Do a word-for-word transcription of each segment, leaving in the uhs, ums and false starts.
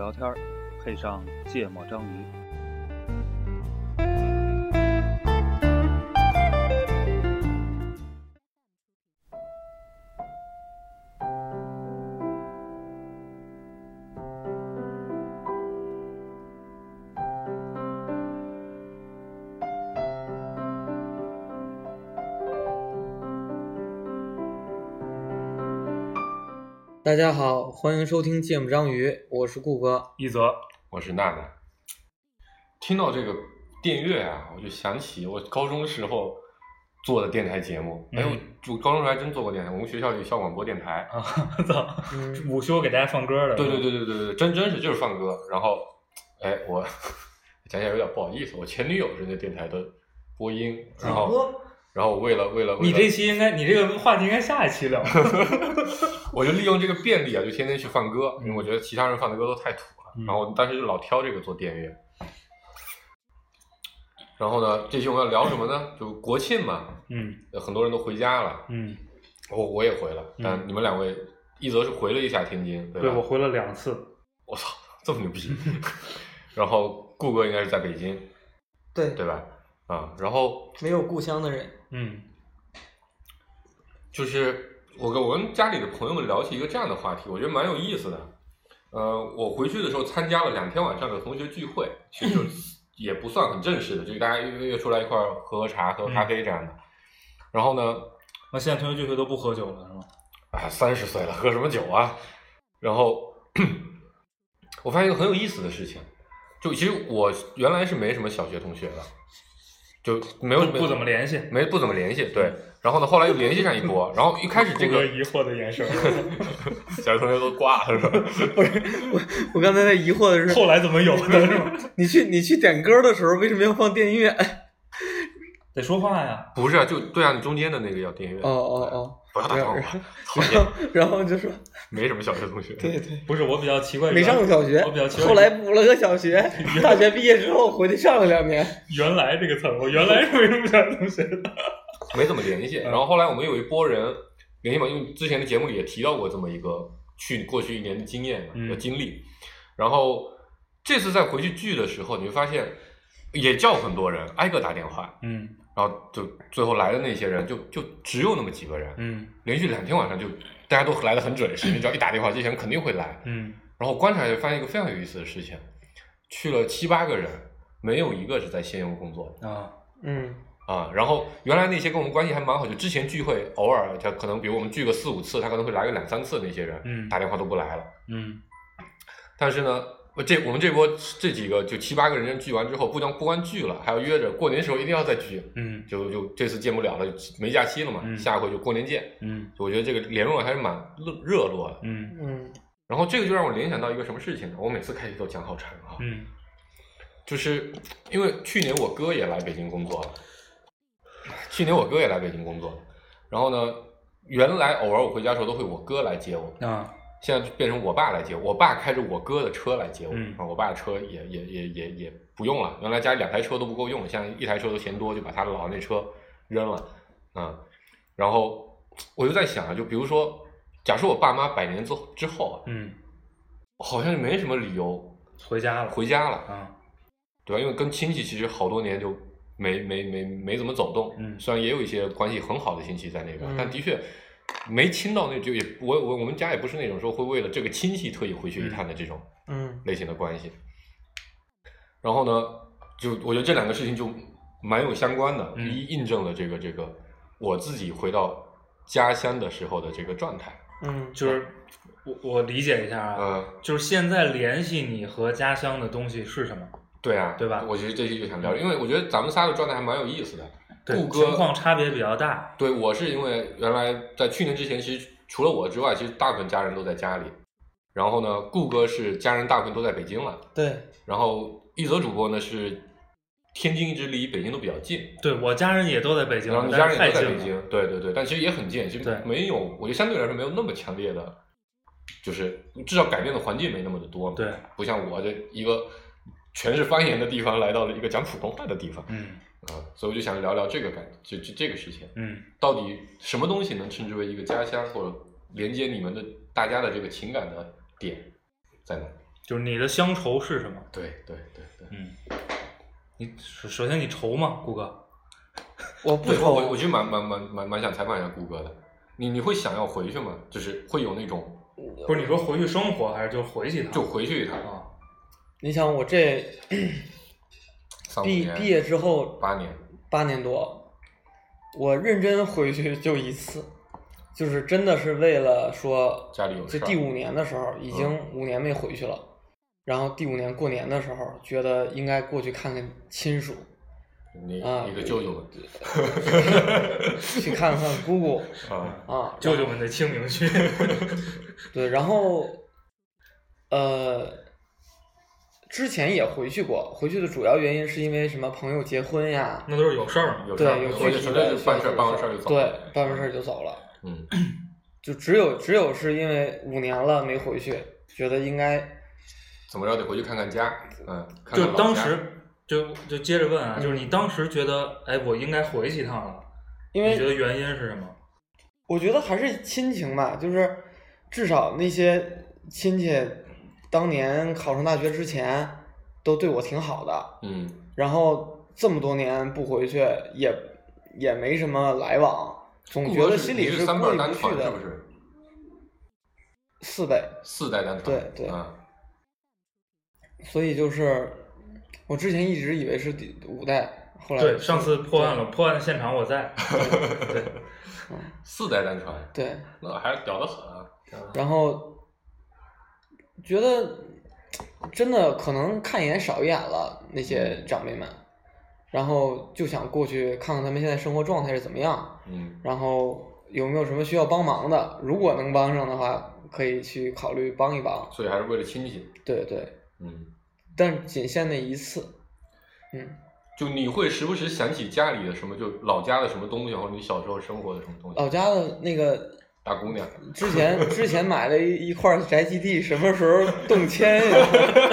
聊天，配上芥末章鱼。 大家好，欢迎收听芥末章鱼，我是顾哥， 一泽， 我是娜娜。听到这个电乐啊，我就想起我高中时候做的电台节目。哎、嗯，我高中时候还真做过电台，我们学校里校广播电台啊，操、嗯，午休给大家放歌的。 对对对对对对，真真是就是放歌。然后，哎，我讲起来有点不好意思，我前女友是那电台的播音，然后。然后为了为了，为了你这期应该，你这个话题应该下一期聊。 我就利用这个便利啊，就天天去放歌，因为我觉得其他人放的歌都太土了。嗯、然后当时就老挑这个做电乐。然后呢，这期我们要聊什么呢？就国庆嘛， 嗯， 很多人都回家了， 嗯， 我我也回了，但你们两位，一则是回了一下天津，对吧？ 对，我回了两次。 我操，这么牛逼！然后顾哥应该是在北京， 对对吧？啊，然后没有故乡的人， 嗯， 就是我跟我跟家里的朋友们聊起一个这样的话题，我觉得蛮有意思的。呃，我回去的时候参加了两天晚上的同学聚会，其实就也不算很正式的，就是大家约约出来一块喝喝茶、喝咖啡这样的。嗯、然后呢， 那现在同学聚会都不喝酒了是吗？ 啊，三十岁了，喝什么酒啊？然后我发现一个很有意思的事情，就其实我原来是没什么小学同学的。就没有不, 不怎么联系， 没不怎么联系，对。然后呢，后来又联系上一波，然后一开始这个疑惑的眼神， 小学同学都挂了是吧？ 不是我，我刚才在疑惑的是， 后来怎么有的是吧？ 你去你去点歌的时候，为什么要放电乐？ 得说话呀。 不是啊，就对啊，你中间的那个要电乐。 哦哦哦， 不要打断我。 然后然后就说没什么小学同学。 对对， 不是我比较奇怪， 没上过小学， 我比较奇怪， 后来补了个小学，大学毕业之后回去上了两年。 原来这个词儿，我原来是没什么小学同学的， 没怎么联系。然后后来我们有一波人联系嘛，因为之前的节目里也提到过这么一个去过去一年的经验嘛、嗯、的经历。然后这次再回去聚的时候，你会发现也叫很多人，挨个打电话， 嗯。 然后就最后来的那些人就就只有那么几个人， 嗯， 连续两天晚上就大家都来得很准时，你只要一打电话，这些人肯定会来， 嗯。 然后观察就发现一个非常有意思的事情，去了七八个人，没有一个是在现用工作的啊， 嗯啊，然后原来那些跟我们关系还蛮好，就之前聚会偶尔他可能比如我们聚个四五次，他可能会来个两三次，那些人， 嗯， 打电话都不来了， 嗯， 但是呢。这我们这波这几个就七八个人聚完之后，不光不光聚了，还要约着过年时候一定要再聚。 嗯， 就就这次见不了了，没假期了嘛， 嗯、 下回就过年见。 嗯， 我觉得这个联络还是蛮热络的。 嗯嗯， 然后这个就让我联想到一个什么事情呢？我每次开题都讲好长啊。 嗯， 就是因为去年我哥也来北京工作了，去年我哥也来北京工作，然后呢，原来偶尔我回家的时候都会我哥来接我啊。 现在就变成我爸来接我，我爸开着我哥的车来接我， 嗯、 我爸的车也也也也也不用了，原来家里两台车都不够用，现在一台车都嫌多，就把他的老那车扔了，啊、嗯，然后我就在想啊，就比如说，假设我爸妈百年之之后啊， 嗯， 好像就没什么理由回家了， 回家了， 啊， 对吧？因为跟亲戚其实好多年就没没没没怎么走动， 嗯， 虽然也有一些关系很好的亲戚在那边， 嗯、 但的确。没亲到那就也我我我们家也不是那种说会为了这个亲戚特意回去一趟的这种嗯类型的关系。然后呢，就我觉得这两个事情就蛮有相关的， 嗯、 一印证了这个这个我自己回到家乡的时候的这个状态。 嗯， 就是我我理解一下啊， 嗯， 就是现在联系你和家乡的东西是什么？ 对啊， 对吧？ 我其实这期就想聊，因为我觉得咱们仨的状态还蛮有意思的。顾哥情况差别比较大。 对，我是因为原来在去年之前，其实除了我之外，其实大部分家人都在家里。然后呢，顾哥是家人大部分都在北京了。 对。 然后一则主播呢是天津一直离北京都比较近。 对，我家人也都在北京。 然后你家人也都在北京。对对对，但其实也很近，其实没有，我觉得相对来说没有那么强烈的，就是至少改变的环境没那么的多。 对。 不像我这一个全是方言的地方，来到了一个讲普通话的地方。 嗯。 啊、嗯，所以我就想聊聊这个感，就就这个事情， 嗯， 到底什么东西能称之为一个家乡，或者连接你们的大家的这个情感的点在哪？ 就是你的乡愁是什么？ 对对对对， 嗯，你首先你愁吗，顾哥？ 我不愁， 我我其实蛮蛮蛮蛮蛮想采访一下顾哥的，你你会想要回去吗？就是会有那种， 不是你说回去生活，还是就回去一趟？ 就回去一趟啊。 你想我这毕毕业之后八年八年多，我认真回去就一次，就是真的是为了说家里有事， 就第五年的时候已经五年没回去了，嗯、然后第五年过年的时候觉得应该过去看看亲属。 你啊， 一个舅舅们， 去看看姑姑啊啊， 舅舅们的清明去。 对，然后呃，之前也回去过，回去的主要原因是因为什么朋友结婚呀， 那都是有事儿嘛， 对，有具体的办事办完事儿就走， 对，办完事儿就走了， 嗯， 就只有只有是因为五年了没回去，觉得应该怎么着得回去看看家，嗯，看看就当时。就就接着问啊，就是你当时觉得，哎，我应该回去一趟了， 因为你觉得原因是什么？ 我觉得还是亲情吧，就是至少那些亲戚当年考上大学之前都对我挺好的， 嗯， 然后这么多年不回去也也没什么来往，总觉得心里是过意不去的。 是不是？ 四辈， 四代单传， 对对， 啊， 所以就是。我之前一直以为是第五代，后来对上次破案了，破案的现场我在，对， 嗯， 四代单传， 对， 那还是屌得很啊。 然后觉得真的可能看一眼少一眼了那些长辈们，然后就想过去看看他们现在生活状态是怎么样， 嗯， 然后有没有什么需要帮忙的，如果能帮上的话，可以去考虑帮一帮。 所以还是为了亲戚。 对对， 嗯。 但仅限那一次，嗯， 就你会时不时想起家里的什么，就老家的什么东西，或者你小时候生活的什么东西？ 老家的那个大姑娘， 之前之前买了一一块宅基地，什么时候动迁呀？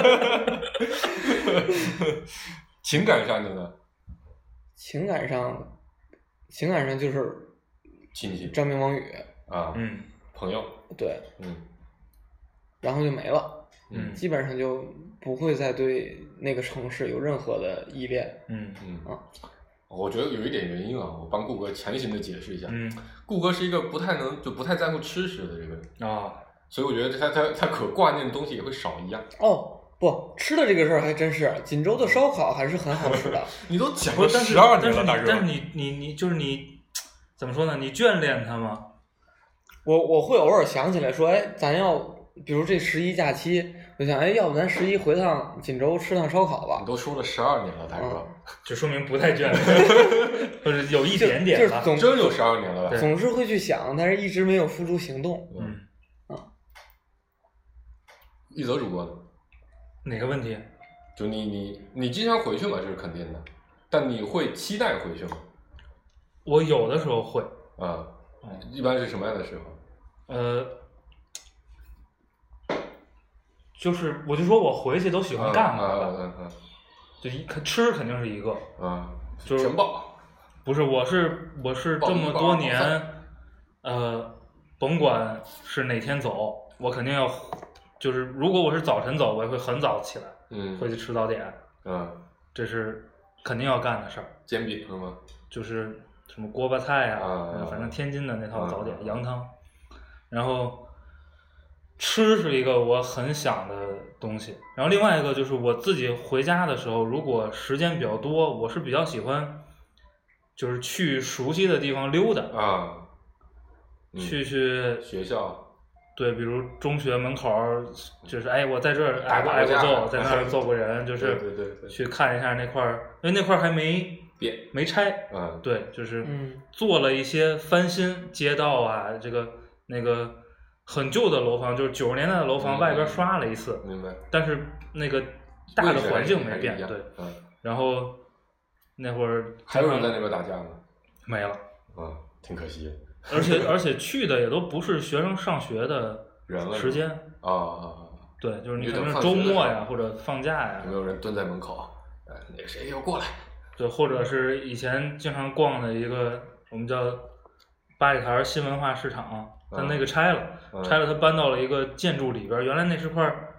情感上的呢？ 情感上，情感上就是亲戚张明王宇啊， 嗯， 朋友， 对， 嗯， 然后就没了， 嗯， 基本上就不会再对那个城市有任何的依恋， 嗯嗯啊， 我觉得有一点原因啊，我帮顾哥强行的解释一下， 嗯， 顾哥是一个不太能就不太在乎吃食的这个人啊， 所以我觉得他他他可挂念的东西也会少一样。 哦。不吃的这个事儿还真是，锦州的烧烤还是很好吃的。 你都讲了十二年了， 大哥。但是你你你就是你怎么说呢？你眷恋它吗？ 我我会偶尔想起来说，哎，咱要比如这十一假期，我想，哎，要不咱十一回趟锦州吃趟烧烤吧？ 你都说了十二年了，大哥， 嗯、 就说明不太眷恋，或者有一点点吧。 真有十二年了吧？ 总是会去想，但是一直没有付诸行动。 嗯啊， 一泽主播呢？ 哪个问题？ 就你你你经常回去嘛，这是肯定的，但你会期待回去吗？ 我有的时候会啊， 嗯， 一般是什么样的时候？ 呃，就是我就说我回去都喜欢干嘛吧， 嗯嗯， 就一吃肯定是一个， 啊， 就是全爆， 不是，我是我是这么多年，呃，甭管是哪天走，我肯定要。就是如果我是早晨走，我也会很早起来， 嗯， 回去吃早点， 嗯， 这是肯定要干的事儿。 煎饼是吗？ 就是什么锅巴菜啊， 啊反正天津的那套早点， 啊、 羊汤。然后吃是一个我很想的东西，然后另外一个就是我自己回家的时候，如果时间比较多，我是比较喜欢，就是去熟悉的地方溜达啊，嗯、 去去学校。 对，比如中学门口，就是哎，我在这儿挨过挨过揍，在那儿揍过人，就是对对对， 去看一下那块儿，因为那块儿还没变没拆， 嗯， 对，就是嗯做了一些翻新，街道啊，这个那个很旧的楼房，就是九十年代的楼房，外边刷了一次， 明白， 但是那个大的环境没变，对， 嗯， 然后那会儿还有人在那边打架吗？ 没了， 啊，挺可惜的。 而且而且去的也都不是学生上学的时间啊， 对，就是你可能是周末呀或者放假呀。 有没有人蹲在门口？哎，那个谁给我过来？ 对，或者是以前经常逛的一个我们叫八里台新文化市场，但那个拆了， 嗯、 拆了，它搬到了一个建筑里边。原来那是块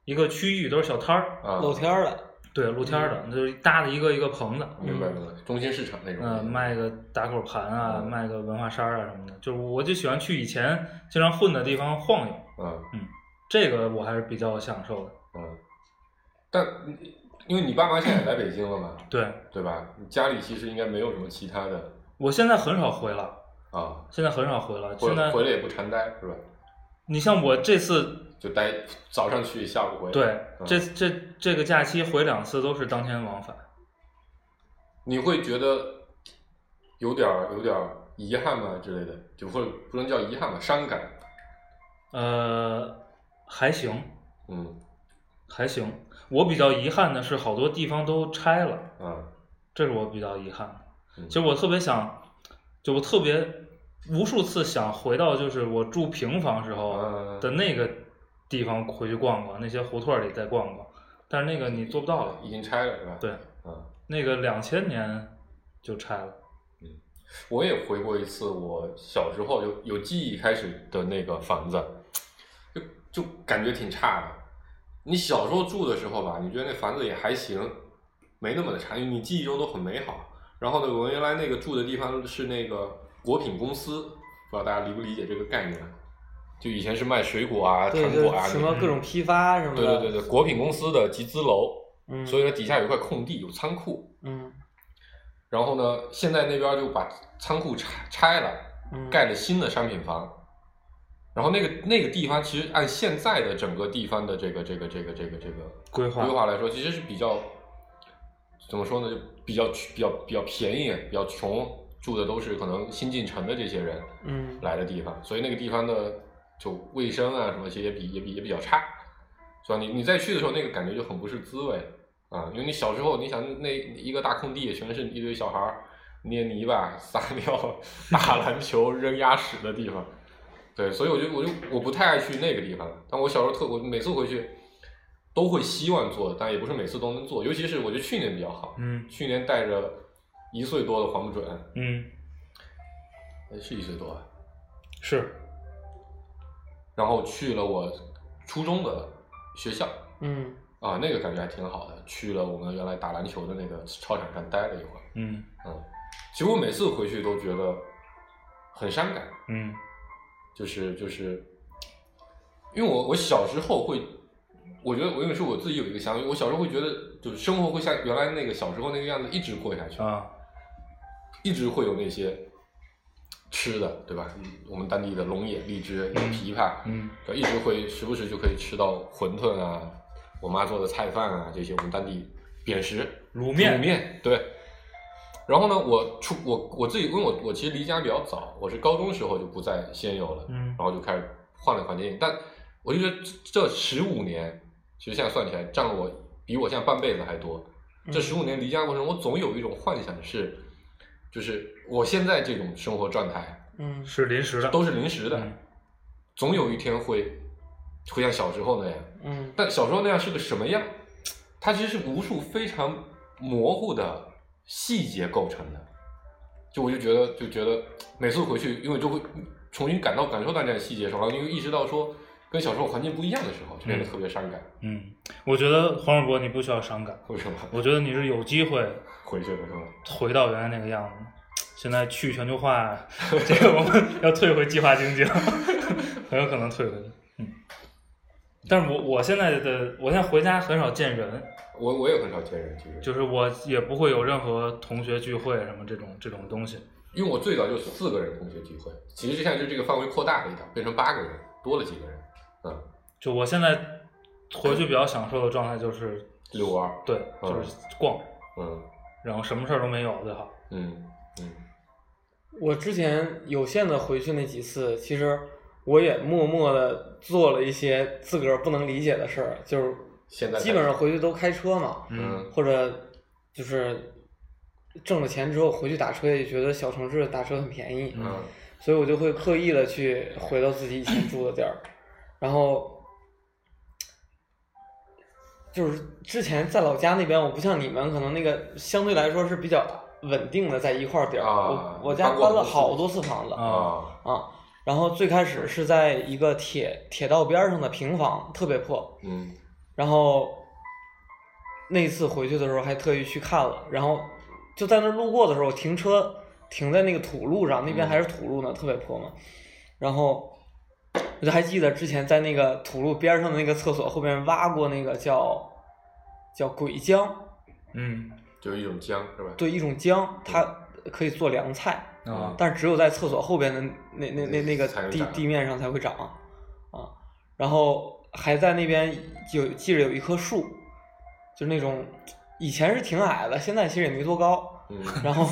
一个区域都是小摊儿， 啊， 露天的。 对，露天的，就是搭的一个一个棚子。 明白明白，中心市场那种。 嗯，卖个打口盘啊， 嗯、 卖个文化衫啊什么的，就是我就喜欢去以前经常混的地方晃悠。 嗯嗯，这个我还是比较享受的。 嗯，但因为你爸妈现在也来北京了嘛， 对对吧？你家里其实应该没有什么其他的。 我现在很少回了啊， 现在很少回了。 回现在回来也不常待是吧？ 你像我这次就待早上去，下午回。 对， 嗯、 这这这个假期回两次都是当天往返。 你会觉得有点有点遗憾吗之类的？就或者不能叫遗憾吧，伤感。 呃，还行， 嗯， 还行。我比较遗憾的是，好多地方都拆了， 嗯， 这是我比较遗憾的。 嗯、 其实我特别想，就我特别无数次想回到就是我住平房时候的那个地方回去逛逛，那些胡同里再逛逛，但是那个你做不到了， 已经拆了是吧？ 对， 嗯， 那个两千年就拆了。 嗯，我也回过一次，我小时候有有记忆开始的那个房子，就就感觉挺差的。你小时候住的时候吧，你觉得那房子也还行，没那么的差，因为你记忆中都很美好。然后呢，我原来那个住的地方是那个果品公司，不知道大家理不理解这个概念？就以前是卖水果啊、糖果啊， 什么各种批发什么的。 对对对对，果品公司的集资楼， 嗯， 所以呢底下有一块空地，有仓库， 嗯， 然后呢，现在那边就把仓库拆拆了， 嗯， 盖了新的商品房。然后那个那个地方其实按现在的整个地方的这个这个这个这个这个规划规划来说，其实是比较怎么说呢？就比较比较比较便宜，比较穷，住的都是可能新进城的这些人， 嗯， 来的地方，所以那个地方的就卫生啊什么，其实也比也比也比较差，是吧？你你再去的时候，那个感觉就很不是滋味啊，因为你小时候你想那一个大空地全是一堆小孩捏泥巴、撒尿、打篮球、扔鸭屎的地方。对，所以我就我就我不太爱去那个地方。但我小时候特，我每次回去都会希望做，但也不是每次都能做。尤其是我觉得去年比较好， 嗯， 去年带着一岁多的黄不准， 嗯， 是一岁多啊， 是， 然后去了我初中的学校， 嗯， 啊，那个感觉还挺好的。去了我们原来打篮球的那个操场上待了一会儿， 嗯嗯，其实我每次回去都觉得很伤感， 嗯。 就是就是，因为我我小时候会，我觉得我因为是我自己有一个想法，我小时候会觉得就是生活会像原来那个小时候那个样子一直过下去啊， 一直会有那些吃的，对吧？我们当地的龙眼、荔枝、枇杷， 嗯， 一直会时不时就可以吃到馄饨啊，我妈做的菜饭啊，这些我们当地扁食、 卤面、 卤面，对。然后呢，我出我我自己，因为我我其实离家比较早，我是高中时候就不在仙游了， 嗯， 然后就开始换了环境。但我就觉得这十五年，其实现在算起来占了我比我现在半辈子还多。这十五年离家过程中，我总有一种幻想是，就是我现在这种生活状态， 嗯， 是临时的， 都是临时的， 嗯、 总有一天会会像小时候那样， 嗯， 但小时候那样是个什么样？它其实是无数非常模糊的细节构成的，就我就觉得就觉得每次回去，因为就会重新感到感受到这样的细节的时候，然后因为意识到说跟小时候环境不一样的时候，就变得特别伤感。 嗯，我觉得黄世博你不需要伤感， 为什么？ 我觉得你是有机会回去的是吧？ 回到原来那个样子。现在去全球化，这个我们要退回计划经济了，很有可能退回去。嗯，但是我我现在的我现在回家很少见人。 我我也很少见人，其实就是我也不会有任何同学聚会什么这种这种东西， 因为我最早就四个人同学聚会，其实现在就这个范围扩大了一点，变成八个人，多了几个人，嗯， 就我现在回去比较享受的状态就是遛弯， 对，就是逛， 嗯， 然后什么事儿都没有最好， 嗯嗯。 我之前有限的回去那几次，其实我也默默的做了一些自个儿不能理解的事儿，就是。 现在基本上回去都开车嘛， 嗯， 或者就是挣了钱之后回去打车，也觉得小城市打车很便宜， 嗯， 所以我就会刻意的去回到自己以前住的地儿，然后就是之前在老家那边，我不像你们，可能那个相对来说是比较稳定的在一块地儿， 啊， 我我家搬了好多次房子啊啊，然后最开始是在一个铁铁道边上的平房，特别破， 嗯。 然后那次回去的时候还特意去看了，然后就在那路过的时候停车停在那个土路上，那边还是土路呢，嗯、特别破嘛。然后我就还记得之前在那个土路边上的那个厕所后边挖过那个叫叫鬼姜， 嗯， 就是一种姜是吧？ 对，一种姜，它可以做凉菜， 嗯、 但是只有在厕所后边的那那那那个地地面上才会长啊。然后还在那边有记着有一棵树，就是那种以前是挺矮的，现在其实也没多高。嗯，然后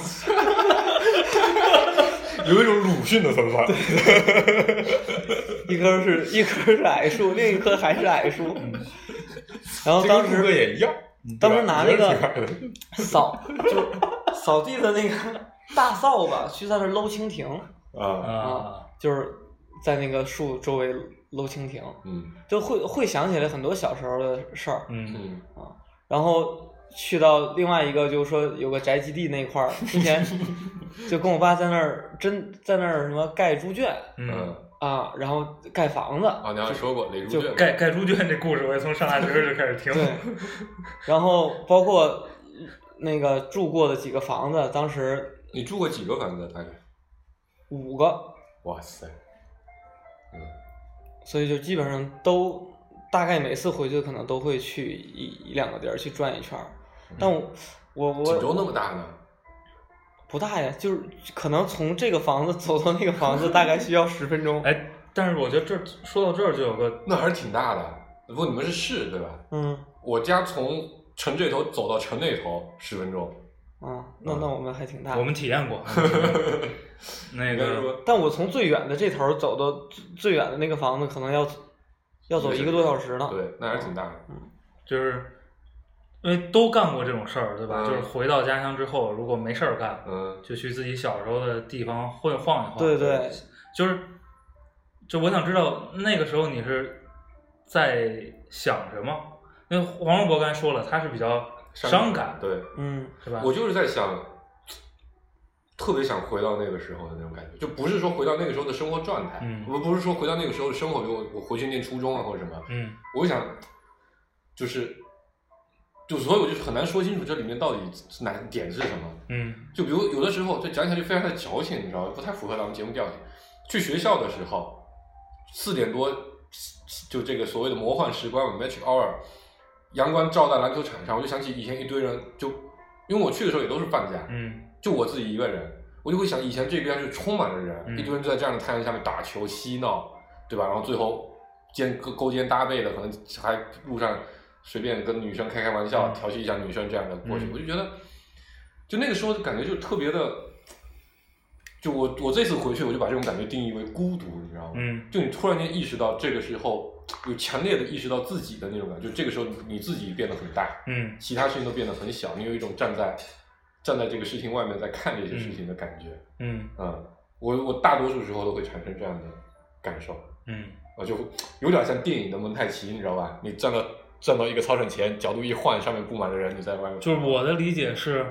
有一种鲁迅的风范。 一棵是一棵是矮树，另一棵还是矮树。然后当时也一样， 当时拿那个扫就扫地的那个大扫把去在那搂蜻蜓啊啊，就是在那个树周围搂蜻蜓， 嗯， 就会会想起来很多小时候的事儿， 嗯啊，然后去到另外一个就是说有个宅基地那块儿，之前就跟我爸在那儿真在那儿什么盖猪圈， 嗯啊，然后盖房子啊，你还说过垒猪圈， 盖盖猪圈这故事我也从上大学就开始听， 对，然后包括那个住过的几个房子，当时你住过几个房子大概？ 五个。 哇塞，嗯， 所以就基本上都大概每次回去可能都会去一一两个地儿去转一圈儿，但我我我锦州那么大呢？ 不大呀，就是可能从这个房子走到那个房子大概需要十分钟。 哎，但是我觉得这说到这儿就有个， 那还是挺大的。不过你们是市对吧？ 嗯。 我家从城这头走到城那头十分钟。 啊，那那我们还挺大。 我们体验过。那个， 但我从最远的这头走到最远的那个房子，可能要要走一个多小时呢。 对，那还是挺大的。 嗯， 就是因为都干过这种事儿，对吧？ 嗯、 就是回到家乡之后，如果没事儿干， 嗯， 就去自己小时候的地方会晃一晃。 对对， 就是就我想知道那个时候你是在想什么？因为黄世博刚才说了，他是比较伤感， 对， 嗯， 是吧？ 我就是在想，特别想回到那个时候的那种感觉，就不是说回到那个时候的生活状态， 嗯， 我不是说回到那个时候的生活，比如我我回去念初中啊或者什么， 嗯， 我想就是，就所以我就很难说清楚这里面到底哪个点是什么， 嗯， 就比如有的时候这讲起来就非常的矫情，你知道吗？不太符合咱们节目调性。去学校的时候，四点多就这个所谓的魔幻时光 magic hour。阳光照在篮球场上，我就想起以前一堆人，就因为我去的时候也都是放假， 嗯， 就我自己一个人，我就会想以前这边是充满了人， 嗯、 一堆人就在这样的太阳下面打球嬉闹，对吧？然后最后肩勾勾肩搭背的，可能还路上随便跟女生开开玩笑，调戏一下女生这样的过去， 嗯、 我就觉得，就那个时候感觉就特别的，就我我这次回去我就把这种感觉定义为孤独，你知道吗？ 嗯， 就你突然间意识到这个时候。有强烈的意识到自己的那种感觉，就这个时候你自己变得很大， 嗯， 其他事情都变得很小，你有一种站在站在这个事情外面在看这些事情的感觉， 嗯嗯，我我大多数时候都会产生这样的感受， 嗯， 啊，就有点像电影的蒙太奇，你知道吧？你站到站到一个操场前，角度一换，上面布满了人，你在外面。 就是我的理解是，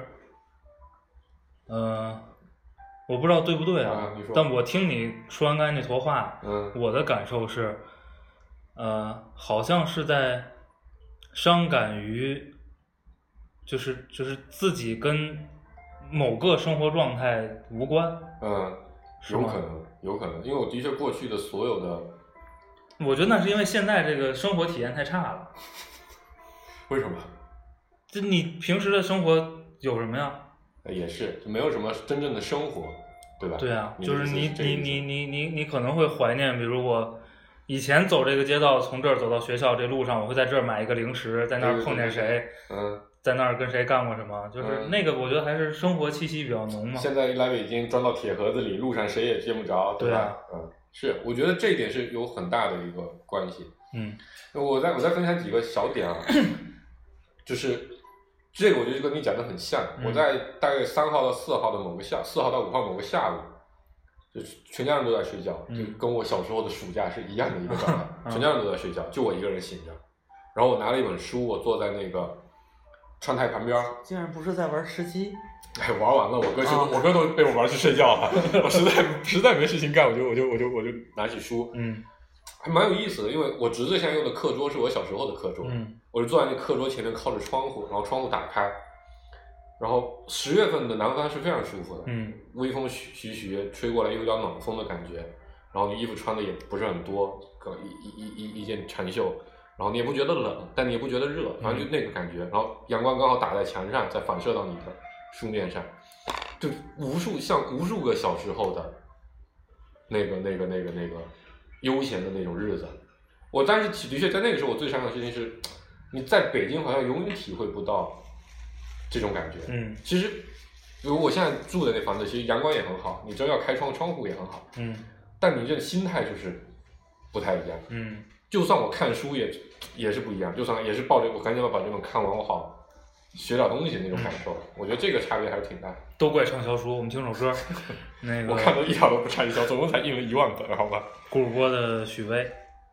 呃，我不知道对不对啊， 啊你说但我听你说完刚才那坨话， 嗯， 我的感受是。呃，好像是在伤感于，就是就是自己跟某个生活状态无关。 嗯，有可能，有可能，因为我的确过去的所有的， 我觉得那是因为现在这个生活体验太差了。 为什么？ 就你平时的生活有什么呀？ 也是，就没有什么真正的生活，对吧？ 对啊，就是你你你你你你你可能会怀念，比如我。以前走这个街道，从这儿走到学校这路上，我会在这儿买一个零食，在那儿碰见谁， 嗯， 在那儿跟谁干过什么，就是那个我觉得还是生活气息比较浓嘛。 现在一来北京，装到铁盒子里，路上谁也见不着，对吧？ 对啊、 嗯，是，我觉得这一点是有很大的一个关系。 嗯， 我再我再分享几个小点啊，就是这个我觉得就跟你讲的很像。 嗯、 我在大概三号到四号的某个下，四号到五号某个下午。就全家人都在睡觉， 嗯、 就跟我小时候的暑假是一样的一个状态， 嗯、 全家人都在睡觉，就我一个人醒着。然后我拿了一本书，我坐在那个窗台旁边。 竟然不是在玩吃鸡？ 哎，玩完了，我哥是、哦、我哥都被我玩去睡觉了。我实在实在没事情干，我就我就我就我就拿起书， 嗯， 还蛮有意思的，因为我侄子现在用的课桌是我小时候的课桌， 嗯， 我就坐在那课桌前面靠着窗户，然后窗户打开，然后十月份的南方是非常舒服的， 嗯， 微风徐徐吹过来，有点暖风的感觉，然后你衣服穿的也不是很多，一一一一一件长袖，然后你也不觉得冷，但你也不觉得热，反正就那个感觉，然后阳光刚好打在墙上，再反射到你的书面上，就无数像无数个小时候的那个那个那个那个悠闲的那种日子。我但是的确在那个时候，我最伤感的事情是，你在北京好像永远体会不到这种感觉。 嗯， 其实比如我现在住的那房子，其实阳光也很好，你只要要开窗，窗户也很好。 嗯， 但你这心态就是不太一样。 嗯， 就算我看书也也是不一样，就算也是抱着我赶紧要把这本看完，我好学点东西那种感受。嗯、我觉得这个差别还是挺大。 都怪畅销书，我们听首歌。那个我看的一点都不畅销，总共才印了一万本，好吧？ 顾主播的许巍。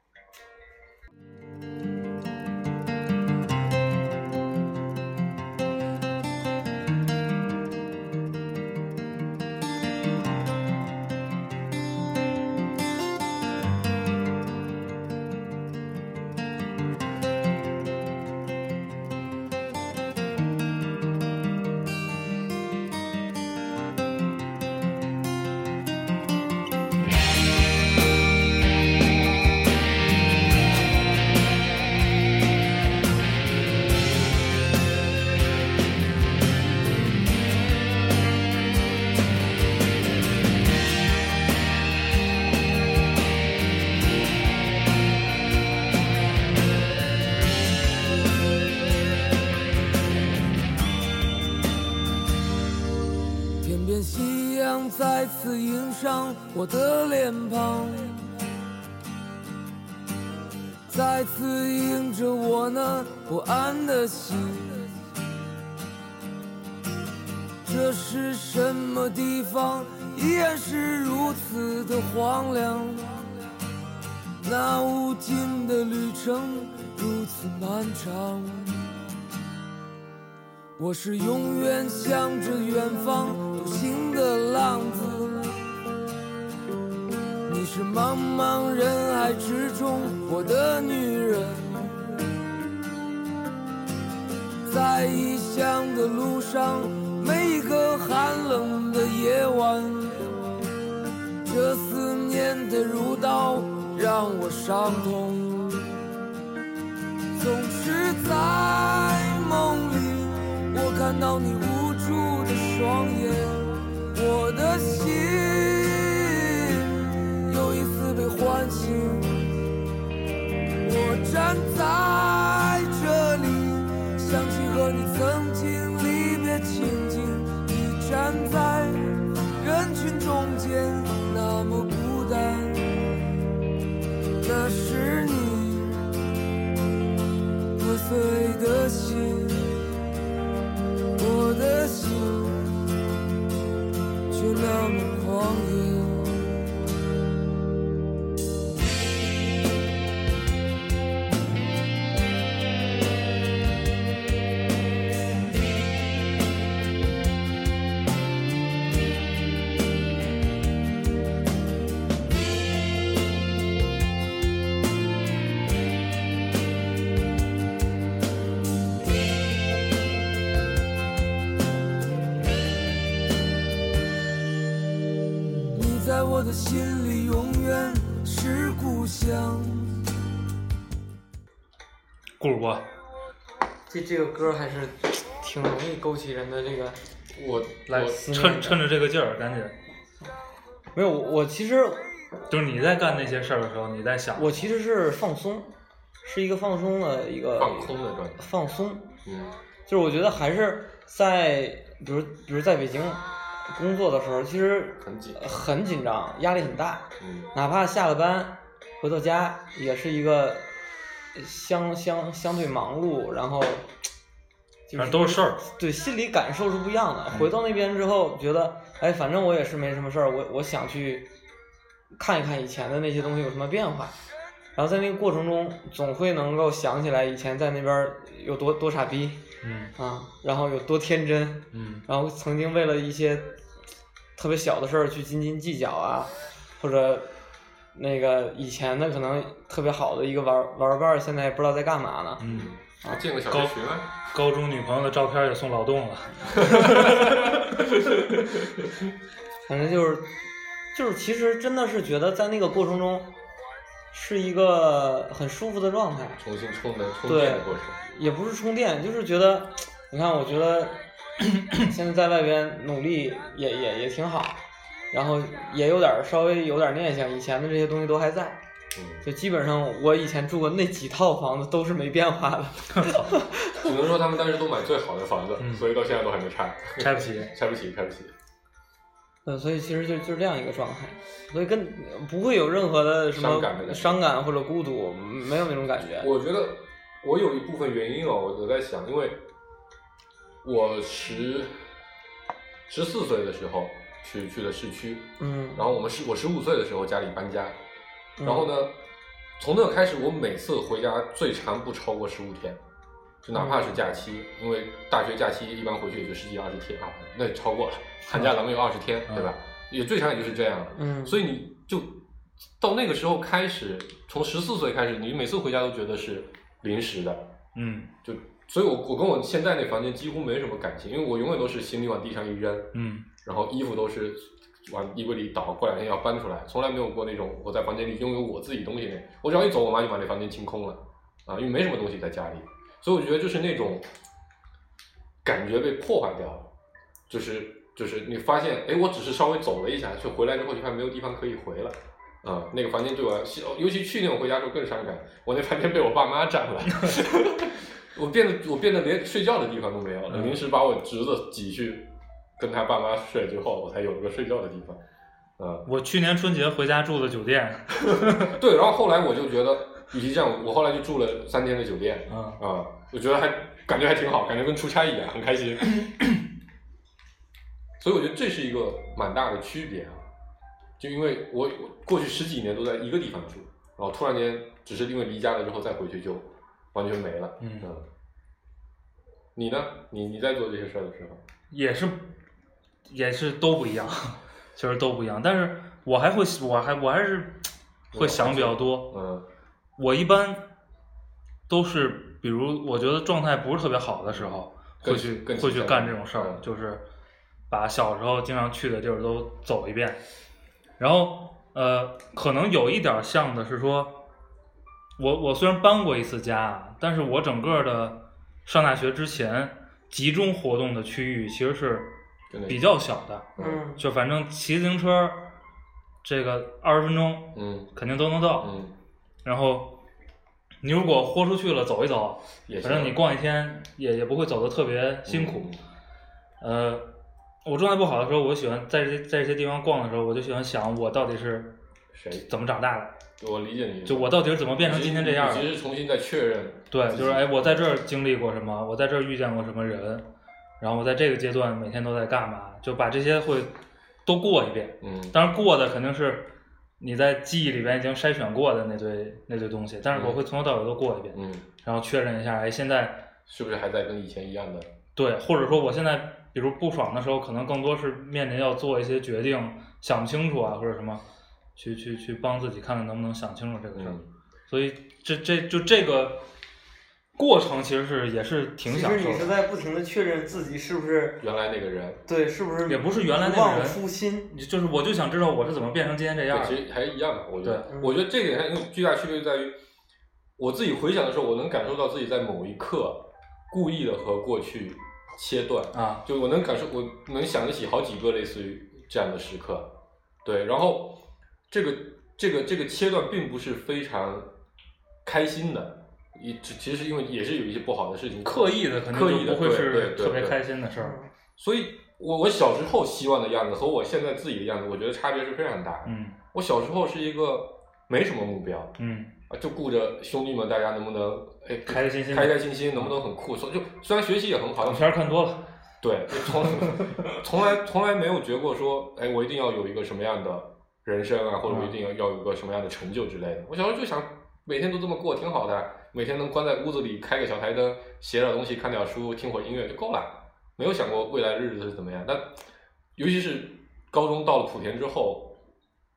再次映上我的脸庞，再次映着我那不安的心。这是什么地方？依然是如此的荒凉，那无尽的旅程如此漫长。我是永远向着远方独行的浪子，你是茫茫人海之中我的女人。在异乡的路上，每一个寒冷的夜晚，这思念的如刀让我伤痛。总是在梦里我看到你无助的双眼，我的心又一次被唤醒。我站在这里，想起和你曾经离别情景，你站在人群中间，那么孤单。那是你破碎的心，我的心却那么狂野。在我的心里永远是故乡。 顾主播， 这这个歌还是挺容易勾起人的这个。 我来趁趁着这个劲儿，赶紧。 没有，我其实就是你在干那些事儿的时候，你在想。 我其实是放松，是一个放松的一个放空的状态。 放松， 嗯， 就是我觉得还是在，比如比如在北京工作的时候，其实很紧很紧张，压力很大。 嗯， 哪怕下了班回到家，也是一个相相相对忙碌，然后就是都是事儿。 对，心理感受是不一样的。回到那边之后，觉得哎，反正我也是没什么事儿，我我想去看一看以前的那些东西有什么变化。然后在那个过程中，总会能够想起来以前在那边有多多傻逼， 嗯啊，然后有多天真， 嗯， 然后曾经为了一些特别小的事儿去斤斤计较啊，或者那个以前的可能特别好的一个玩玩伴，现在也不知道在干嘛呢。 嗯， 啊，建个小高学群啊。 高中女朋友的照片也送劳动了。 反正就是就是其实真的是觉得在那个过程中是一个很舒服的状态。 重新充的充电的过程。 也不是充电，就是觉得，你看，我觉得现在在外边努力也也也挺好，然后也有点稍微有点念想，以前的这些东西都还在。 嗯， 就基本上我以前住过那几套房子都是没变化的。 只能说他们当时都买最好的房子， 嗯、 所以到现在都还没拆。 拆不起， 拆不起，拆不起。 嗯，所以其实就就是这样一个状态，所以跟不会有任何的什么伤感的伤感或者孤独，没有那种感觉。 我觉得我有一部分原因哦，我我在想，因为我十十四岁的时候去去了市区， 嗯， 然后我们十我十五岁的时候家里搬家， 嗯、 然后呢，从那开始我每次回家最长不超过十五天，就哪怕是假期，因为大学假期一般回去也就十几二十天啊，那也超过了，寒假咱们有二十天， 嗯、 对吧？也最长也就是这样， 嗯， 所以你就到那个时候开始，从十四岁开始，你每次回家都觉得是临时的， 嗯， 就所以我我跟我现在那房间几乎没什么感情，因为我永远都是行李往地上一扔， 嗯， 然后衣服都是往衣柜里倒，过两天要搬出来，从来没有过那种我在房间里拥有我自己东西那，我只要一走，我妈就把那房间清空了，啊，因为没什么东西在家里，所以我觉得就是那种感觉被破坏掉了，就是就是你发现，哎，我只是稍微走了一下，就回来之后就发现没有地方可以回了。啊、嗯，那个房间对我，尤其去年我回家之后更伤感，我那房间被我爸妈占了，我变得我变得连睡觉的地方都没有了，临时把我侄子挤去跟他爸妈睡之后，我才有了个睡觉的地方。啊、嗯， 我去年春节回家住的酒店， 对，然后后来我就觉得，与其这样，我后来就住了三天的酒店，啊、 嗯嗯，我觉得还感觉还挺好，感觉跟出差一样，很开心。所以我觉得这是一个蛮大的区别啊。就因为我过去十几年都在一个地方住，然后突然间只是因为离家了之后再回去就完全没了。 嗯， 嗯你呢？你你在做这些事儿的时候， 也是也是都不一样，其实都不一样。但是我还会，我还我还是会想比较多。 嗯， 我一般都是，比如我觉得状态不是特别好的时候，会去会去干这种事儿， 嗯、 就是把小时候经常去的地儿都走一遍。然后呃，可能有一点像的是说，我我虽然搬过一次家，但是我整个的上大学之前集中活动的区域其实是比较小的， 嗯， 就反正骑自行车这个二十分钟， 嗯， 肯定都能到， 嗯， 然后你如果豁出去了走一走，反正你逛一天也也不会走得特别辛苦，嗯、呃。我状态不好的时候，我喜欢在这在这些地方逛的时候，我就喜欢想我到底是谁怎么长大的。 我理解你， 就我到底是怎么变成今天这样的。 其实重新再确认。 对，就是哎，我在这儿经历过什么，我在这儿遇见过什么人，然后我在这个阶段每天都在干嘛，就把这些会都过一遍。 嗯。 当然过的肯定是你在记忆里边已经筛选过的那堆那堆东西，但是我会从头到尾都过一遍。 嗯。 然后确认一下，哎，现在是不是还在跟以前一样的？ 对，或者说我现在。比如不爽的时候，可能更多是面临要做一些决定，想不清楚啊，或者什么，去去去帮自己看看能不能想清楚这个事儿。嗯、所以这这就这个过程其实是也是挺享受的。 其实你是在不停的确认自己是不是原来那个人， 对，是不是也不是原来那个人， 忘初心。 就是我就想知道我是怎么变成今天这样的。 其实还一样的，我觉得。 嗯、 我觉得这点上巨大区别就在于，我自己回想的时候，我能感受到自己在某一刻故意的和过去。切断啊， 就我能感受，我能想得起好几个类似于这样的时刻，对，然后这个这个这个切断并不是非常开心的，也其实因为也是有一些不好的事情， 刻意的，肯定就不会是特别开心的事儿。 所以我我小时候希望的样子和我现在自己的样子，我觉得差别是非常大的。 嗯， 我小时候是一个没什么目标， 嗯。 啊，就顾着兄弟们，大家能不能哎开开心心， 开开心心，能不能很酷？就虽然学习也很好， 港片看多了， 对，从从来从来没有觉过说，哎，我一定要有一个什么样的人生啊，或者我一定要要有一个什么样的成就之类的。我小时候就想，每天都这么过挺好的，每天能关在屋子里开个小台灯，写点东西，看点书，听会儿音乐就够了，没有想过未来的日子是怎么样。但尤其是高中到了莆田之后，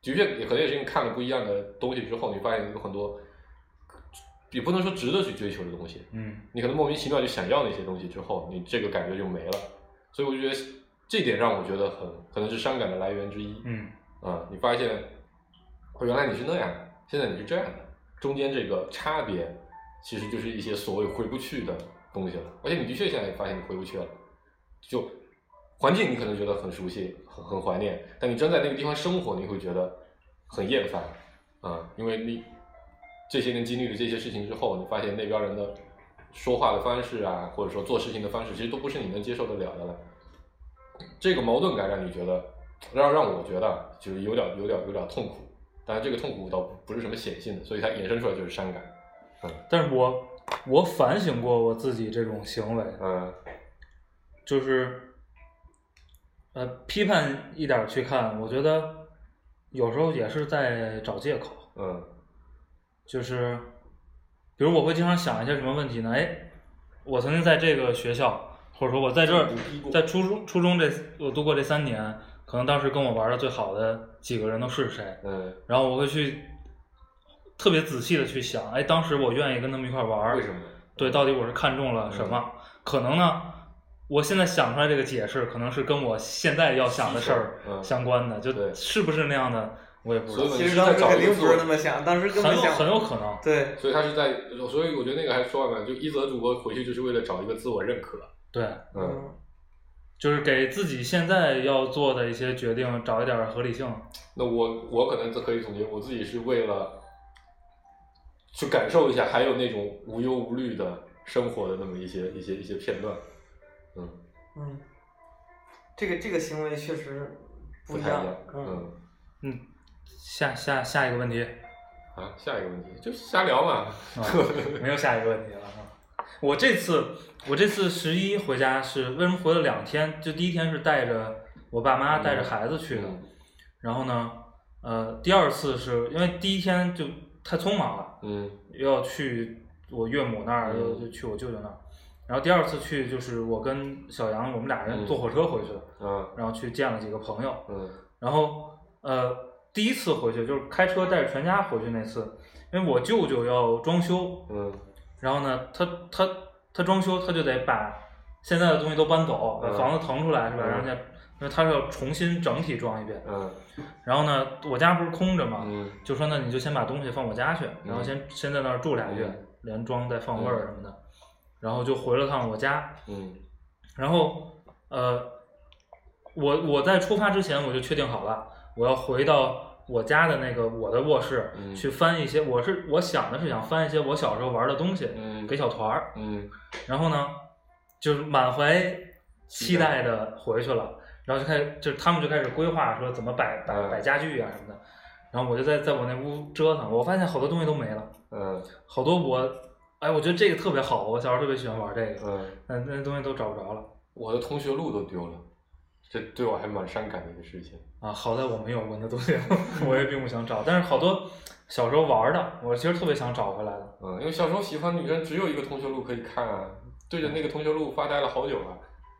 的确也可能也是因为看了不一样的东西之后，你发现有很多，也不能说值得去追求的东西， 嗯， 你可能莫名其妙就想要那些东西之后，你这个感觉就没了，所以我就觉得这点让我觉得很可能是伤感的来源之一。 嗯， 啊，你发现，原来你是那样，现在你是这样的，中间这个差别，其实就是一些所谓回不去的东西了。而且你的确现在也发现你回不去了，就环境你可能觉得很熟悉，很很怀念，但你真在那个地方生活，你会觉得很厌烦啊，因为你这些年经历了这些事情之后，你发现那边人的说话的方式啊，或者说做事情的方式，其实都不是你能接受得了的了。这个矛盾感让你觉得，让让我觉得就是有点有点有点痛苦。当然，这个痛苦倒不是什么显性的，所以它衍生出来就是伤感。嗯， 但是我我反省过我自己这种行为， 嗯， 就是呃批判一点去看，我觉得有时候也是在找借口。 嗯， 就是比如我会经常想一些什么问题呢？哎，我曾经在这个学校，或者说我在这儿，在初中初中这我度过这三年，可能当时跟我玩的最好的几个人都是谁？ 嗯， 然后我会去特别仔细的去想，哎，当时我愿意跟他们一块玩， 为什么？ 对，到底我是看中了什么？嗯、可能呢，我现在想出来这个解释，可能是跟我现在要想的事儿相关的， 嗯、 就是不是那样的，我也不知道。 其实当时肯定不是那么想，当时根本想很有很有可能。 对， 所以他是在，所以我觉得那个还是说完了，就一泽主播回去就是为了找一个自我认可。 对， 嗯， 就是给自己现在要做的一些决定找一点合理性。 那我我可能可以总结，我自己是为了去感受一下，还有那种无忧无虑的生活的那么一些一些一些片段。嗯嗯，这个这个行为确实不一样。 嗯嗯，下下下一个问题啊，下一个问题就瞎聊嘛， 啊、没有下一个问题了。我这次我这次十一回家是为什么回了两天？就第一天是带着我爸妈带着孩子去的， 嗯、 然后呢，呃，第二次是因为第一天就太匆忙了， 嗯， 要去我岳母那儿，又、嗯、就去我舅舅那儿，然后第二次去就是我跟小杨我们俩人坐火车回去的， 嗯， 然后去见了几个朋友， 嗯， 然后呃第一次回去就是开车带着全家回去那次，因为我舅舅要装修， 嗯。 然后呢，他他他装修，他就得把现在的东西都搬走，把房子腾出来，是吧？ 嗯、 然后呢，因为他是要重新整体装一遍。 嗯。 然后呢，我家不是空着嘛， 嗯、 就说那你就先把东西放我家去，然后先、 嗯、 先在那儿住俩月， 嗯、 连装带放味儿什么的，嗯、然后就回了趟我家。 嗯。 然后呃，我我在出发之前我就确定好了，我要回到我家的那个我的卧室、 嗯、 去翻一些，我是我想的是想翻一些我小时候玩的东西、 嗯、 给小团儿， 嗯， 然后呢，就是满怀期待的回去了，然后就开始就是他们就开始规划说怎么摆摆摆家具啊什么的，然后我就在在我那屋折腾，我发现好多东西都没了， 嗯， 好多我哎我觉得这个特别好，我小时候特别喜欢玩这个， 嗯， 但那东西都找不着了， 我的同学录都丢了。这对我还蛮伤感的一个事情啊！好在我没有闻的东西，我也并不想找。但是好多小时候玩的，我其实特别想找回来的。 嗯，因为小时候喜欢女生只有一个同学录可以看啊，对着那个同学录发呆了好久了。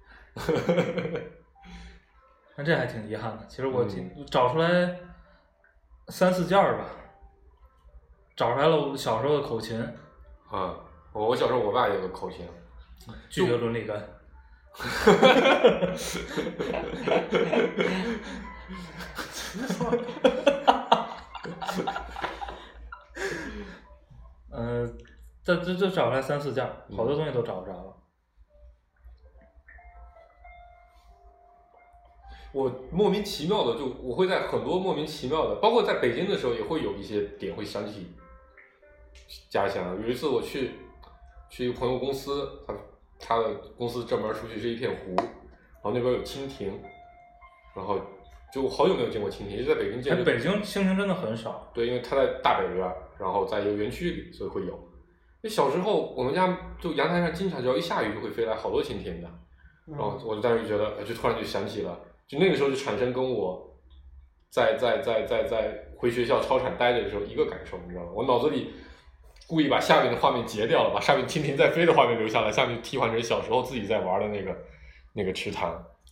那这还挺遗憾的。其实我挺、嗯、找出来三四件儿吧，找出来了我小时候的口琴。 啊、嗯，我小时候我爸也有个口琴， 拒绝伦理根。 哈哈哈哈呃，这这这找出来三四件，好多东西都找不着了。 我莫名其妙的就我会在很多莫名其妙的，包括在北京的时候也会有一些点会想起家乡。有一次我去去一个朋友公司，他他的公司正门出去是一片湖。然后那边有蜻蜓，然后就好久没有见过蜻蜓，就在北京见。 北京蜻蜓真的很少。 对，因为它在大北边，然后在一个园区里，所以会有。那小时候我们家就阳台上经常只要一下雨就会飞来好多蜻蜓的，然后我就当时觉得，就突然就想起了，就那个时候就产生跟我在在在在在回学校操场待着的时候一个感受，你知道吗？我脑子里故意把下面的画面截掉了，把上面蜻蜓在飞的画面留下来，下面替换成小时候自己在玩的那个。那个池塘，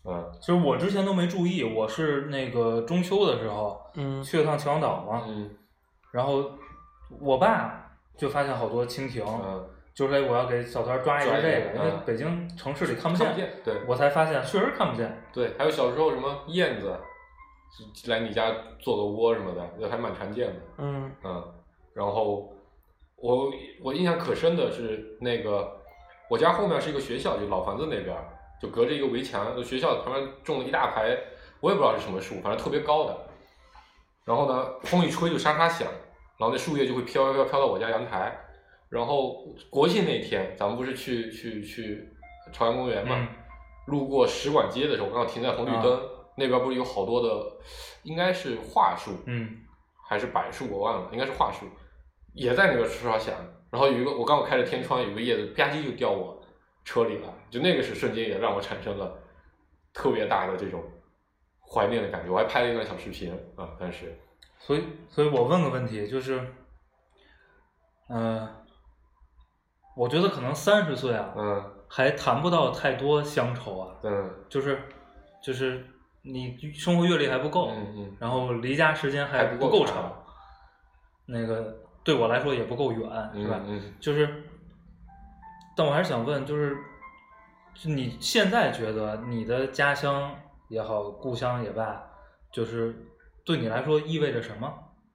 嗯， 其实我之前都没注意，我是那个中秋的时候， 嗯去了趟秦皇岛嘛， 嗯然后我爸就发现好多蜻蜓， 嗯， 就是哎我要给小团抓一只这个， 抓一个因为嗯北京城市里看不见， 看不见，对我才发现确实看不见。 对，还有小时候什么燕子来你家做个窝什么的，这还蛮常见的。 嗯嗯，然后我我印象可深的是那个我家后面是一个学校，就老房子那边就隔着一个围墙，就学校旁边种了一大排，我也不知道是什么树，反正特别高的。然后呢，风一吹就沙沙响，然后那树叶就会飘飘飘到我家阳台。然后国庆那天，咱们不是去去去朝阳公园嘛， 嗯、 路过使馆街的时候，我刚好停在红绿灯、啊、那边，不是有好多的，应该是桦树， 嗯， 还是柏树，我忘了，应该是桦树，也在那边唰唰响。然后有一个，我刚好开着天窗，有一个叶子吧唧就掉我车里了，就那个是瞬间也让我产生了特别大的这种怀念的感觉。我还拍了一段小视频啊，但是， 所以，所以我问个问题，就是，呃，我觉得可能三十岁啊， 嗯， 还谈不到太多乡愁啊， 嗯， 就是，就是你生活阅历还不够， 嗯嗯， 然后离家时间还不够长，那个对我来说也不够远，是吧？ 嗯嗯， 就是，但我还是想问，就是，就你现在觉得你的家乡也好，故乡也罢，就是对你来说意味着什么？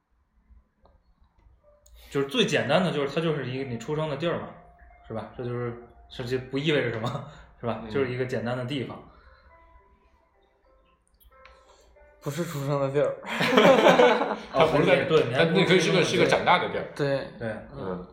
就是最简单的，就是它就是一个你出生的地儿嘛，是吧？这就是实际不意味着什么，是吧？ 嗯、 就是一个简单的地方。 不是出生的地儿。 它不是在对， 它那可以是个是个长大的地儿。 对对， 嗯。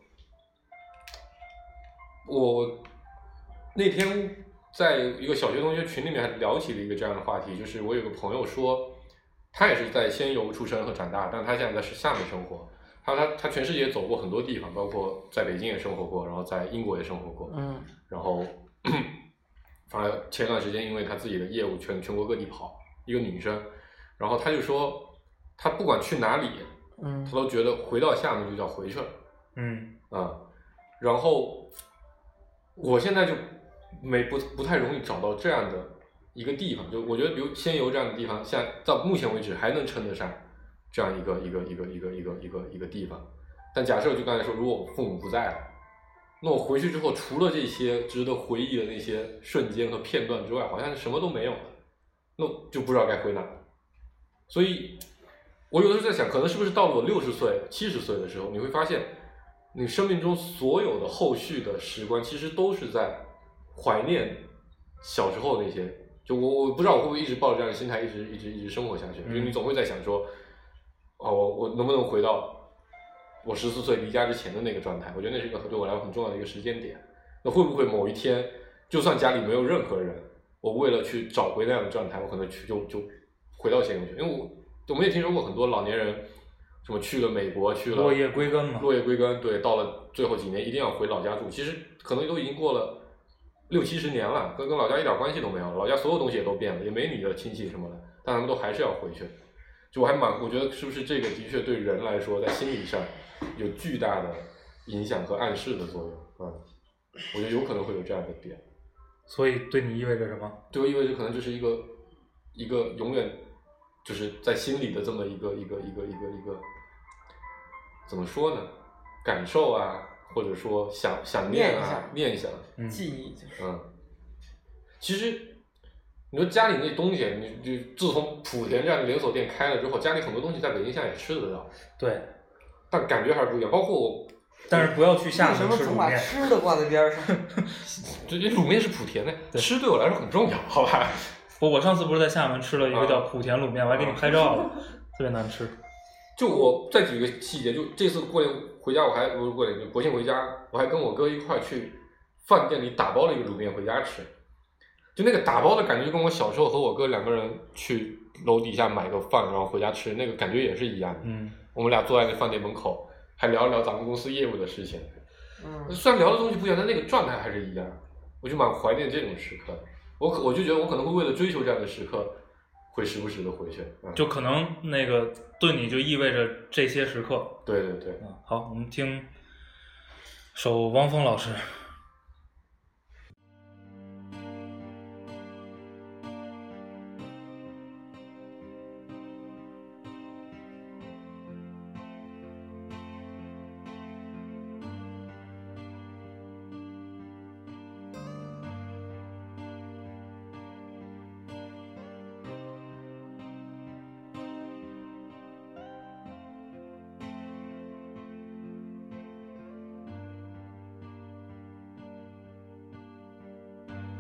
我那天在一个小学同学群里面还聊起了一个这样的话题，就是我有个朋友说，他也是在仙游出生和长大，但他现在在厦门生活。他他他全世界走过很多地方，包括在北京也生活过，然后在英国也生活过。 嗯。 然后，反正前段时间因为他自己的业务全全国各地跑，一个女生，然后他就说，他不管去哪里， 嗯， 他都觉得回到厦门就叫回去了。 嗯啊，然后我现在就没不不太容易找到这样的一个地方，就我觉得比如仙游这样的地方，像到目前为止还能称得上这样一个一个一个一个一个一个一个地方。但假设就刚才说，如果我父母不在了，那我回去之后，除了这些值得回忆的那些瞬间和片段之外，好像什么都没有了，那就不知道该回哪。所以，我有的时候在想，可能是不是到了我六十岁、七十岁的时候，你会发现，你生命中所有的后续的时光，其实都是在怀念小时候那些。就我我不知道我会不会一直抱着这样的心态，一直一直一直生活下去。因为你总会在想说，哦，我我能不能回到我十四岁离家之前的那个状态？我觉得那是一个对我来说很重要的一个时间点。那会不会某一天，就算家里没有任何人，我为了去找回那样的状态，我可能去就就回到仙游去？因为我我们也听说过很多老年人，什么去了美国，去了落叶归根嘛， 落叶归根，对，到了最后几年一定要回老家住。其实可能都已经过了六七十年了，跟跟老家一点关系都没有了，老家所有东西也都变了，也没你的亲戚什么的，但他们都还是要回去。就我还蛮，我觉得是不是这个的确对人来说，在心理上有巨大的影响和暗示的作用啊、嗯，我觉得有可能会有这样的点。 所以对你意味着什么？ 对我意味着可能就是一个一个永远就是在心里的这么一个一个一个一个一个怎么说呢？感受啊，或者说想想念啊，念想、 嗯、记忆就是。 嗯，其实你说家里那东西，你就自从莆田这样的连锁店开了之后，家里很多东西在北京现在也吃得到。 对， 但感觉还是不一样。包括我， 但是不要去厦门吃卤面。 为什么总把吃的挂在边上？ 这卤面是莆田的，吃对我来说很重要，好吧？ 我我上次不是在厦门吃了一个叫莆田卤面，啊、我还给你拍照了，啊、特别难吃。 就我再举一个细节，就这次过年回家，我还不是过年，国庆回家，我还跟我哥一块去饭店里打包了一个卤面回家吃。就那个打包的感觉，就跟我小时候和我哥两个人去楼底下买个饭，然后回家吃，那个感觉也是一样的。 嗯， 我们俩坐在那饭店门口，还聊一聊咱们公司业务的事情。 嗯， 虽然聊的东西不一样，但那个状态还是一样。我就蛮怀念这种时刻。我可我就觉得我可能会为了追求这样的时刻，会时不时的回去。嗯、 就可能那个对你就意味着这些时刻。 对对对。 嗯，好，我们听首汪峰老师。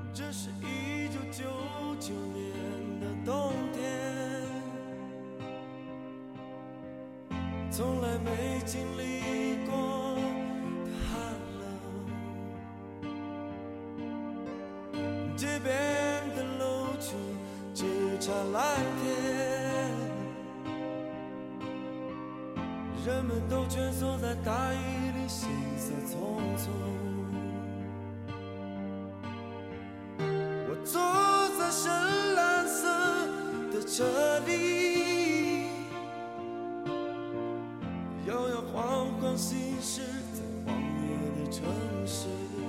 这是一九九九年的冬天，从来没经历过的寒冷，街边的楼群只差蓝天，人们都蜷缩在大雨里，行色匆匆。我坐在深蓝色的车里，摇摇晃晃行驶在荒野的城市。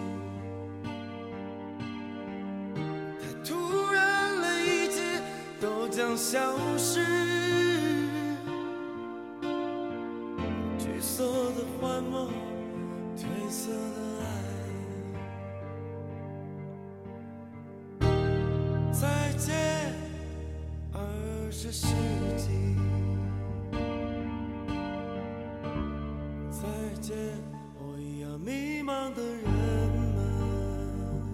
太突然了，一切都将消失。沮丧的幻梦，褪色的爱。再见，二十世纪。再见，我一样迷茫的人们。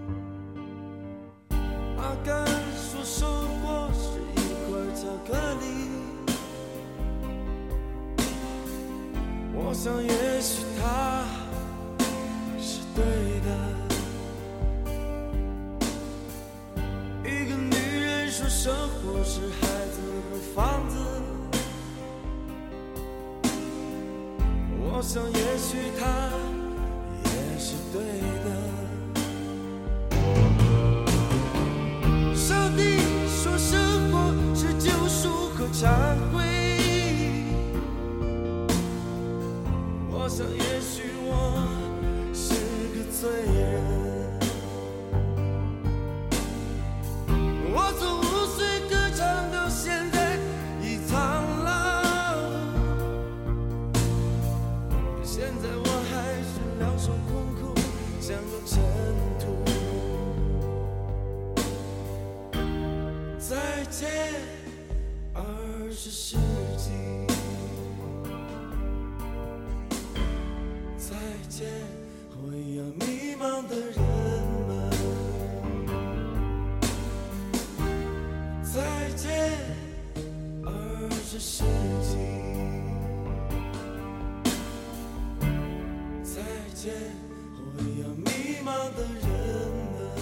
阿甘说生活是一块巧克力，我想也许他是对的。一个女人说生活是孩子和房子，我想也许他也是对的。上帝说生活是救赎和忏悔，我想也许我是个罪人。我从五岁歌唱到现在已苍老，现在我还是两手空空，像个尘土。再见，二十世纪。再见，和我一样迷茫的人们。再见，二十世纪。再见，和我一样迷茫的人们。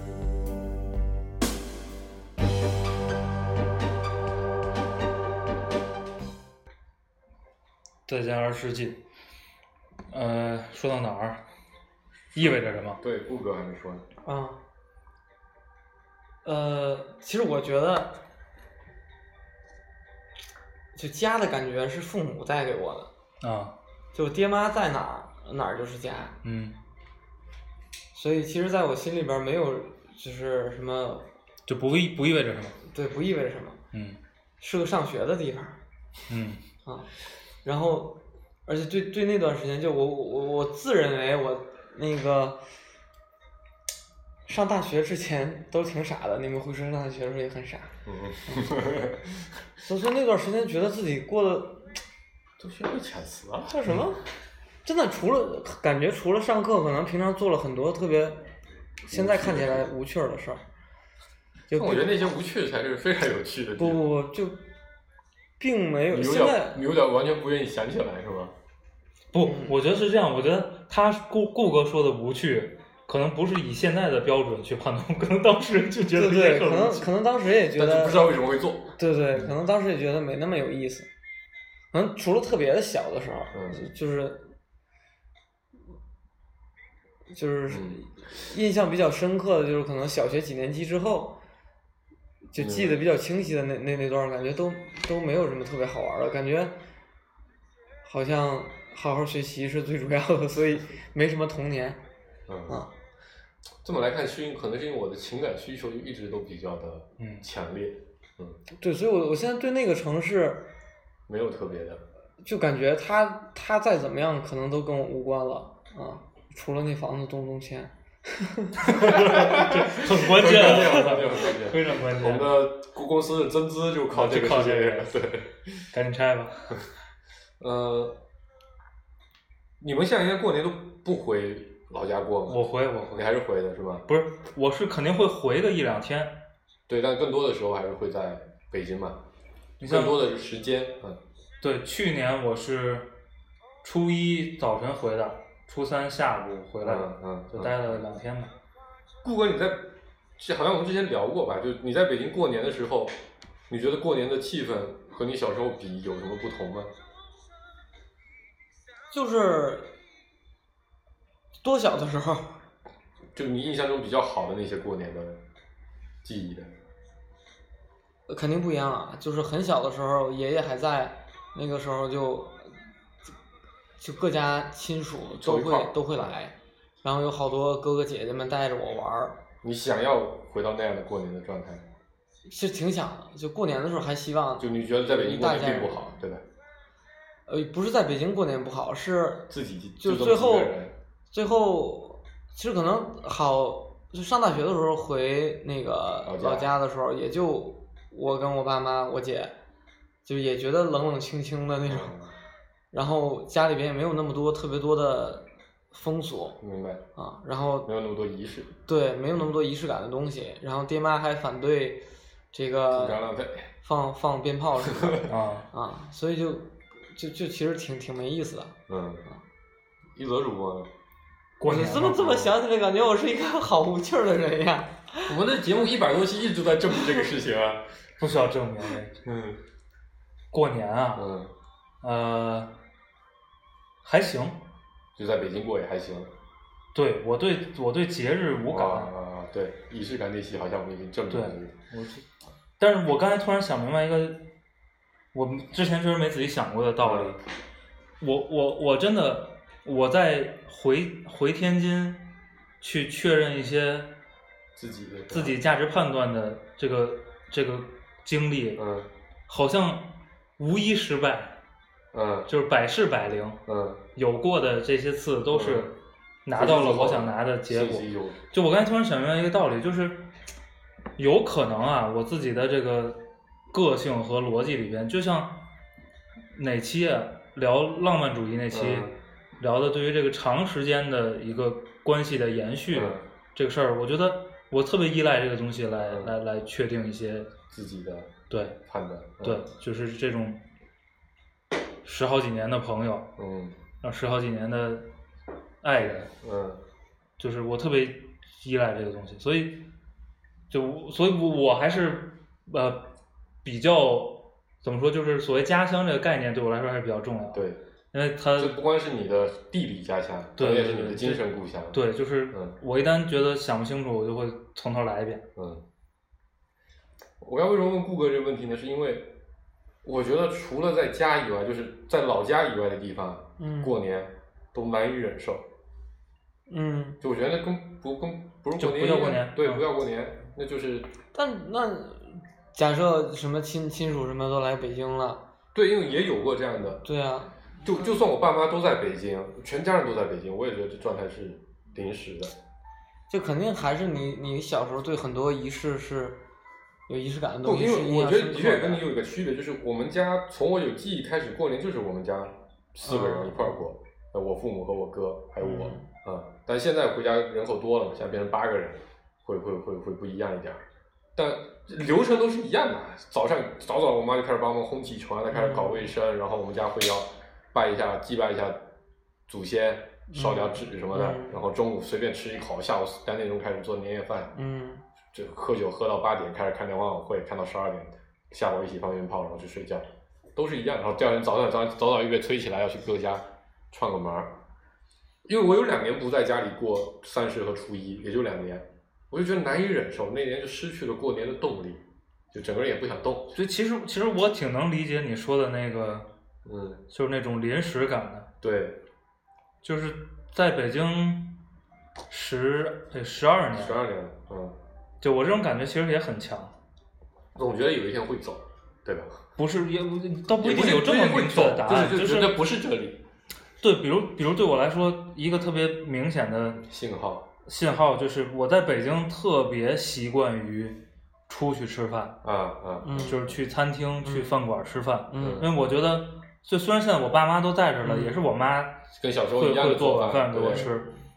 再见二十世纪。呃，说到哪儿？意味着什么？ 对，顾哥还没说呢。 啊，呃，其实我觉得，就家的感觉是父母带给我的， 啊， 就爹妈在哪儿，哪儿就是家。 嗯， 所以其实在我心里边儿没有就是什么， 就不意不意味着什么。 对，不意味着什么， 嗯是个上学的地方嗯啊。然后，而且对对那段时间，就我我我自认为我那个上大学之前都挺傻的，你们会说上大学的时候也很傻， 嗯， 所以说那段时间觉得自己过得都学会遣词啊。 叫什么？真的除了感觉除了上课，可能平常做了很多特别现在看起来无趣儿的事儿。就我觉得那些无趣才是非常有趣的。 不不不，就并没有。 你有现在点，你有点完全不愿意想起来，是吧？ 不，我觉得是这样。我觉得他顾顾哥说的无趣，可能不是以现在的标准去判断，可能当时就觉得对对，可很无趣能可能当时也觉得但是不知道为什么会做。 对对，可能当时也觉得没那么有意思。可能除了特别的小的时候， 嗯就是就是嗯印象比较深刻的就是可能小学几年级之后，就记得比较清晰的那那那段儿感觉都都没有什么特别好玩儿的感觉，好像好好学习是最主要的，所以没什么童年。 嗯啊， 这么来看，是因可能是因为我的情感需求就一直都比较的嗯强烈，嗯， 对，所以我我现在对那个城市没有特别的。 就感觉他他再怎么样可能都跟我无关了啊，除了那房子动不动迁。 很关键很啊， 关键，很关键， 非常关键。 我们的公司的增资就靠这个就靠这个事情，对， 赶紧拆吧。 呃，你们现在应该过年都不回老家过吗？ 我回我回， 你还是回的是吧？ 不是，我是肯定会回个一两天。 对，但更多的时候还是会在北京嘛。 你像更多的是时间，嗯。 对，去年我是初一早晨回的，初三下午回来的， 嗯嗯， 就待了两天吧。 顾哥，你在好像我们之前聊过吧？就你在北京过年的时候，你觉得过年的气氛和你小时候比有什么不同吗？ 就是多小的时候， 就你印象中比较好的那些过年的记忆的。 肯定不一样啊！就是很小的时候，爷爷还在，那个时候就就各家亲属都会都会来，然后有好多哥哥姐姐们带着我玩儿。 你想要回到那样的过年的状态？ 是挺想的，就过年的时候还希望。 就你觉得在北京过年并不好，对吧？ 呃，不是在北京过年不好，是自己就最后最后其实可能好，就上大学的时候回那个老家的时候，也就我跟我爸妈、我姐，就也觉得冷冷清清的那种，嗯、然后家里边也没有那么多特别多的风俗， 明白啊，然后没有那么多仪式， 对，没有那么多仪式感的东西，然后爹妈还反对这个放放鞭炮什么的啊啊，所以就就就其实挺挺没意思的。 嗯，一泽主播呢？ 我这么这么想起来，感觉我是一个好无趣的人呀。 我们的节目一百多期一直在证明这个事情啊， 不需要证明的。 嗯， 过年啊， 嗯， 呃，还行， 就在北京过也还行。 对，我对我对节日无感啊啊，对，仪式感那些好像我们已经证明了这个。 我，但是我刚才突然想明白一个，我之前确实没仔细想过的道理。我我我真的我在回回天津去确认一些自己的自己价值判断的这个这个经历， 嗯， 好像无一失败， 嗯， 就是百试百灵， 嗯， 有过的这些次都是拿到了我想拿的结果。就我刚才突然想明白一个道理，就是有可能啊，我自己的这个个性和逻辑里边，就像哪期啊聊浪漫主义那期、嗯、聊的对于这个长时间的一个关系的延续、嗯、这个事儿，我觉得我特别依赖这个东西来、嗯、来来确定一些自己的对判断、嗯、 对，就是这种十好几年的朋友， 嗯， 然后十好几年的爱人， 嗯， 就是我特别依赖这个东西，所以就所以我我还是呃比较怎么说，就是所谓家乡这个概念对我来说还是比较重要的。 对， 因为它这不光是你的地理家乡， 对， 也是你的精神故乡。 对，就是我一旦觉得想不清楚，我就会从头来一遍。 嗯，我要为什么问顾哥这个问题呢？是因为我觉得除了在家以外，就是在老家以外的地方， 嗯， 过年都难以忍受。 嗯， 就我觉得那跟不跟不是过年， 不叫过年， 对， 嗯、 不叫过年，那就是。 但那假设什么亲亲属什么都来北京了， 对，因为也有过这样的。 对啊， 就就算我爸妈都在北京，全家人都在北京，我也觉得这状态是临时的。 就肯定还是你你小时候对很多仪式是有仪式感的东西。 因为我觉得的确跟你有一个区别，就是我们家从我有记忆开始过年就是我们家四个人一块儿过，呃、嗯，我父母和我哥还有我，嗯，嗯但现在回家人口多了嘛，现在变成八个人，会会会会不一样一点。但流程都是一样的，早上早早我妈就开始帮忙烘起床，再开始搞卫生，嗯、然后我们家会要拜一下、祭拜一下祖先，烧点纸什么的， 嗯、 然后中午随便吃一口，下午三点钟开始做年夜饭， 嗯， 就喝酒喝到八点，开始看联欢晚会，看到十二点，下午一起放鞭炮，然后去睡觉，都是一样。然后第二天早上早早早预备催起来要去各家串个门儿，因为我有两年不在家里过三十和初一，也就两年。我就觉得难以忍受，那年就失去了过年的动力，就整个人也不想动。 所以其实其实我挺能理解你说的那个， 嗯， 就是那种临时感的。 对， 就是在北京十对十二年， 十二年了，嗯， 就我这种感觉其实也很强。 总觉得有一天会走，对吧？ 不是，也倒不一定有这么明确的答案， 就是觉得不是这里。 对，比如比如对我来说，一个特别明显的信号。 信号就是我在北京特别习惯于出去吃饭啊啊， 嗯， 就是去餐厅、嗯、去饭馆吃饭， 嗯， 因为我觉得，就虽然现在我爸妈都在这儿了， 嗯、 也是我妈跟小时候会一样会做晚饭给我吃，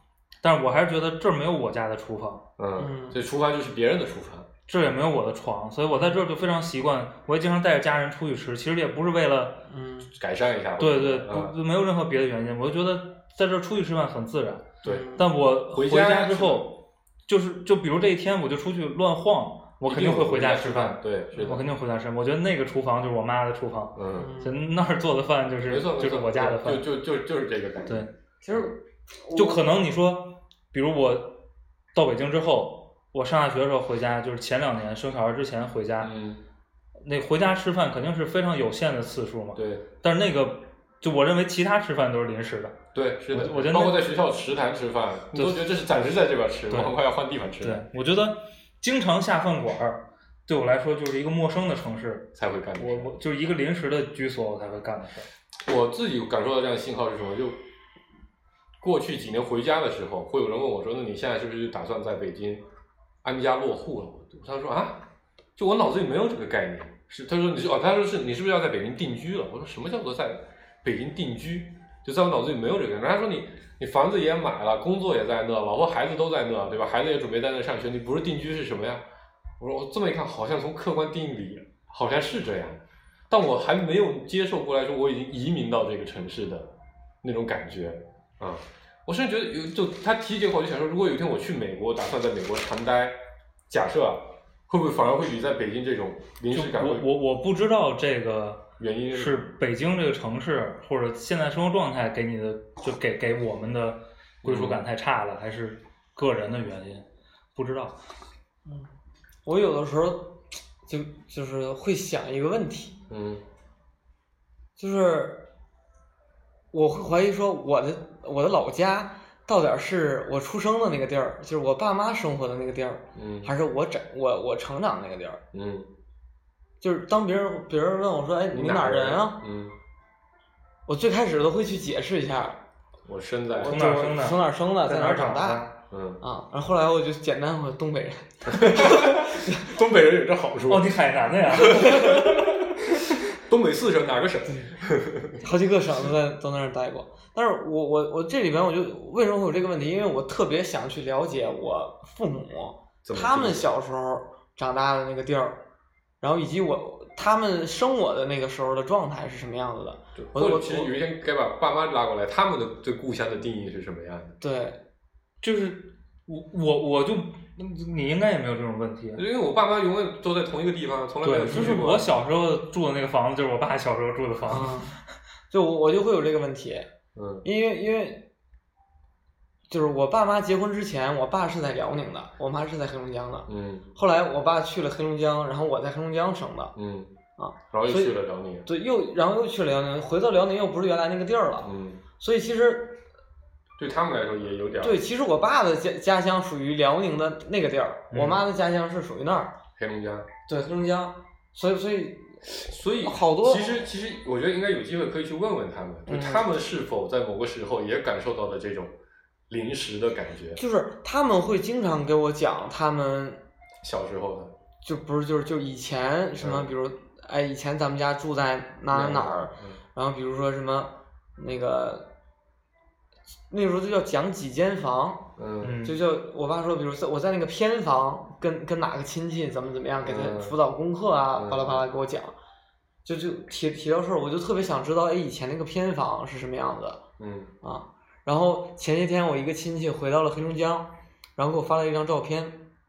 但是我还是觉得这儿没有我家的厨房， 嗯，这厨房就是别人的厨房， 这儿也没有我的床，所以我在这儿就非常习惯，我也经常带着家人出去吃，其实也不是为了嗯改善一下， 对对， 嗯、 不没有任何别的原因，我就觉得在这儿出去吃饭很自然。 对， 但我回家家之后，就是就比如这一天我就出去乱晃。我肯定会回家吃饭， 对，是的， 我肯定回家吃饭。我觉得那个厨房就是我妈的厨房， 嗯， 就那儿做的饭就是没错就是我家的饭， 就就就就是这个感觉。 对， 其实就可能你说，比如我到北京之后，我上大学的时候回家，就是前两年生小孩之前回家， 嗯， 那回家吃饭肯定是非常有限的次数嘛。 对， 但是那个就我认为其他吃饭都是临时的。 对，是的， 我觉得包括在学校食堂吃饭，你都觉得这是暂时在这边吃，我很快要换地方吃。 对，我觉得经常下饭馆儿。对我来说，就是一个陌生的城市才会干的事。 我我就是一个临时的居所，我才会干的事。 我自己感受到这样的信号是什么？就过去几年回家的时候，会有人问我说：“那你现在是不是打算在北京安家落户了？”他说：“啊，就我脑子里没有这个概念。”是他说你是哦，他说是你是不是要在北京定居了？我说什么叫做在北京定居？就在我脑子里没有这个概念。他说你你房子也买了，工作也在那，老婆孩子都在那，对吧？孩子也准备在那上学，你不是定居是什么呀？我说我这么一看，好像从客观定义里好像是这样，但我还没有接受过来说我已经移民到这个城市的那种感觉啊、嗯！我甚至觉得有就他提这个话，我就想说，如果有一天我去美国，打算在美国长待，假设会不会反而会比在北京这种临时感会？ 我我我不知道这个原因是北京这个城市或者现在生活状态给你的，就给给我们的归属感太差了，嗯、还是个人的原因，不知道。 嗯。我有的时候就就是会想一个问题， 嗯， 就是我会怀疑说我的我的老家到底是我出生的那个地儿，就是我爸妈生活的那个地儿， 嗯， 还是我长我我成长那个地儿， 嗯， 就是当别人别人问我说，哎，你哪人啊？ 嗯， 我最开始都会去解释一下， 我生在从哪儿生的， 从哪儿生的，在哪儿长大。 嗯啊，然后后来我就简单我东北人， 东北人有这好处哦，你海南的呀？ 东北四省哪个省？ 好几个省都在都在那儿待过，但是我我我这里边我就为什么会有这个问题？因为我特别想去了解我父母他们小时候长大的那个地儿，然后以及我他们生我的那个时候的状态是什么样子的。 或者其实有一天该把爸妈拉过来，他们的对故乡的定义是什么样的？ 对。 就是我我我就你应该也没有这种问题， 因为我爸妈永远都在同一个地方，从来没有出去过。 对，就是我小时候住的那个房子，就是我爸小时候住的房子。 嗯、就我我就会有这个问题， 嗯， 因为因为就是我爸妈结婚之前，我爸是在辽宁的，我妈是在黑龙江的。 嗯。 后来我爸去了黑龙江，然后我在黑龙江生的。 嗯。 啊， 然后又去了辽宁。 对，又然后又去了辽宁，回到辽宁又不是原来那个地儿了。 嗯。 所以其实。 对他们来说也有点。 对，其实我爸的家家乡属于辽宁的那个地儿， 嗯、 我妈的家乡是属于那儿。 黑龙江。 对，黑龙江，所以所以所以好多。 其实其实我觉得应该有机会可以去问问他们，就他们是否在某个时候也感受到了这种临时的感觉。 就是他们会经常给我讲他们小时候的， 就不是就是就以前什么， 嗯、 比如哎以前咱们家住在哪哪哪儿， 嗯、 然后比如说什么那个。那个时候就叫讲几间房， 嗯， 就叫我爸说，比如我在那个偏房跟跟哪个亲戚怎么怎么样，给他辅导功课啊， 嗯、 巴拉巴拉给我讲，就就提提到事儿，我就特别想知道，哎，以前那个偏房是什么样子， 嗯啊，然后前些天我一个亲戚回到了黑龙江，然后给我发了一张照片，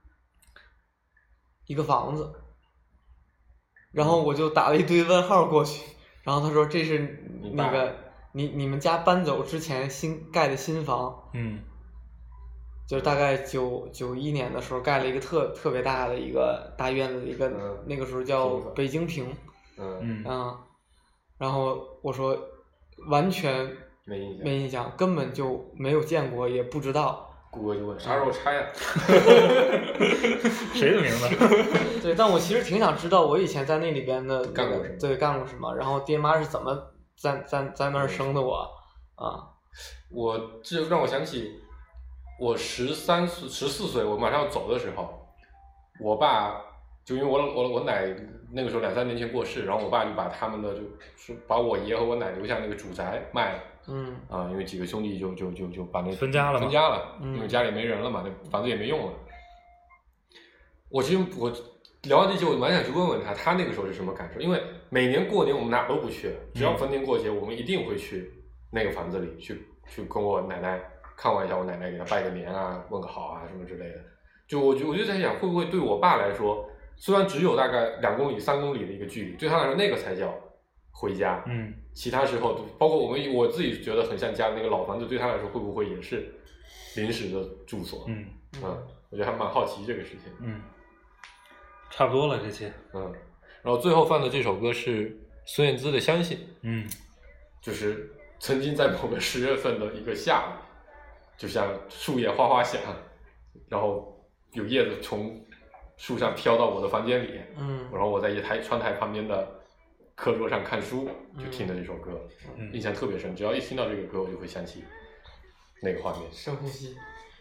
一个房子，然后我就打了一堆问号过去，然后他说这是那个。你你们家搬走之前新盖的新房， 嗯， 就是大概九九一年的时候盖了一个特特别大的一个大院子，一个、 嗯、 那个时候叫北京平， 嗯嗯，然后我说完全没印象， 没印象，根本就没有见过，也不知道。 谷歌就问啥时候拆呀？ 谁的名字？ 对，但我其实挺想知道我以前在那里边的、那个、 干过什么， 对，干过什么，然后爹妈是怎么。在在在那儿生的我，啊， 我这让我想起，我十三岁、十四岁，我马上要走的时候，我爸就因为我我我奶那个时候两三年前过世，然后我爸就把他们的就是把我爷和我奶留下那个主宅卖了。 嗯啊，因为几个兄弟就就就就把那分家了嘛分家了， 嗯因为家里没人了嘛，那房子也没用了。我其实我聊完这些，我蛮想去问问他，他那个时候是什么感受？因为每年过年我们哪都不去，只要逢年过节，我们一定会去那个房子里去去跟我奶奶看望一下我奶奶，给她拜个年啊，问个好啊什么之类的。就我就我就在想，会不会对我爸来说，虽然只有大概两公里、三公里的一个距离，对他来说那个才叫回家。 嗯， 其他时候，包括我们我自己觉得很像家的那个老房子，对他来说会不会也是临时的住所？ 嗯嗯，我觉得还蛮好奇这个事情。 嗯，差不多了这期。 嗯，然后最后放的这首歌是孙燕姿的《相信》。 嗯， 就是曾经在某个十月份的一个下午，就像树叶哗哗响，然后有叶子从树上飘到我的房间里， 嗯， 然后我在一台窗台旁边的课桌上看书，就听的这首歌， 嗯印象特别深。只要一听到这个歌，我就会想起那个画面。 深呼吸。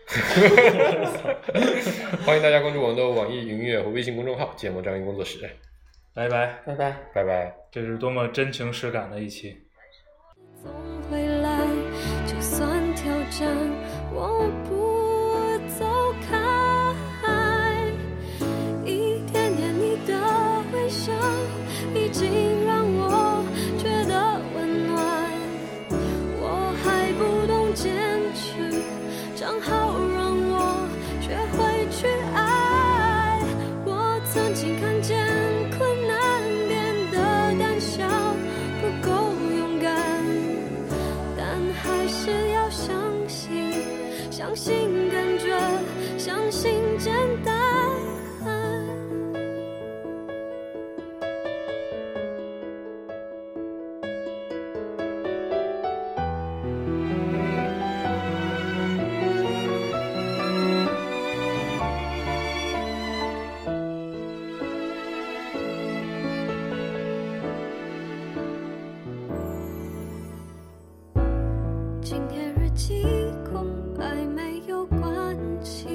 欢迎大家关注我们的网易云音乐和微信公众号“芥末章鱼工作室”。 拜拜， 拜拜， 拜拜。 这是多么真情实感的一期。 总会来，就算挑战，我不走开。一点点你的微笑，已经让我觉得温暖。我还不懂坚持，正好让我学会去爱。我曾经看见困难变得胆小，不够勇敢，但还是要相信，相信感觉，相信简单。今天日记空白，没有关系，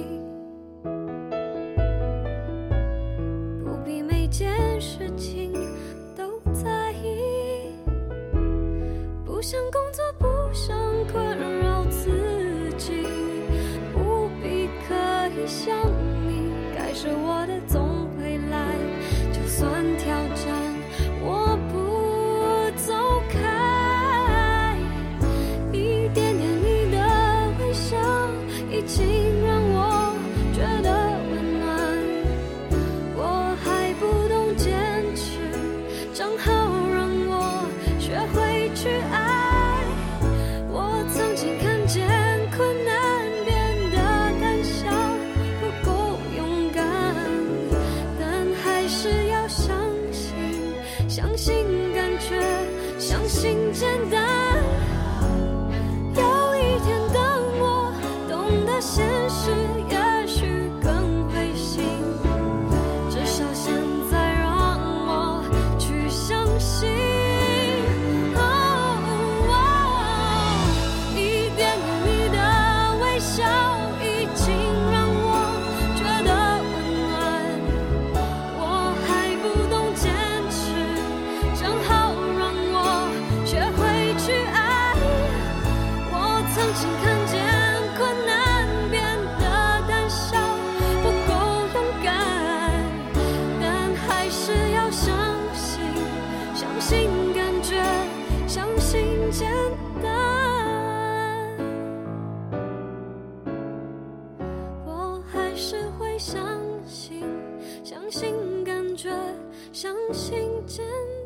不必每件事情都在意，不想工作，不想困扰自己，不必刻意想你，该是我的总会来，就算挑战我不走开。一点点你的微笑，已经让我觉得温暖。我还不懂坚持，正好让我学会去爱。我曾经看见困难变得胆小，不够勇敢，但还是要相信，相信感觉，相信简单。现实也许更灰心，至少现在让我去相信。哦哦、一点点你的微笑，已经让我觉得温暖。我还不懂坚持，正好让我学会去爱。我曾经看见困难相信感觉，相信简单。我还是会相信，相信感觉，相信简单。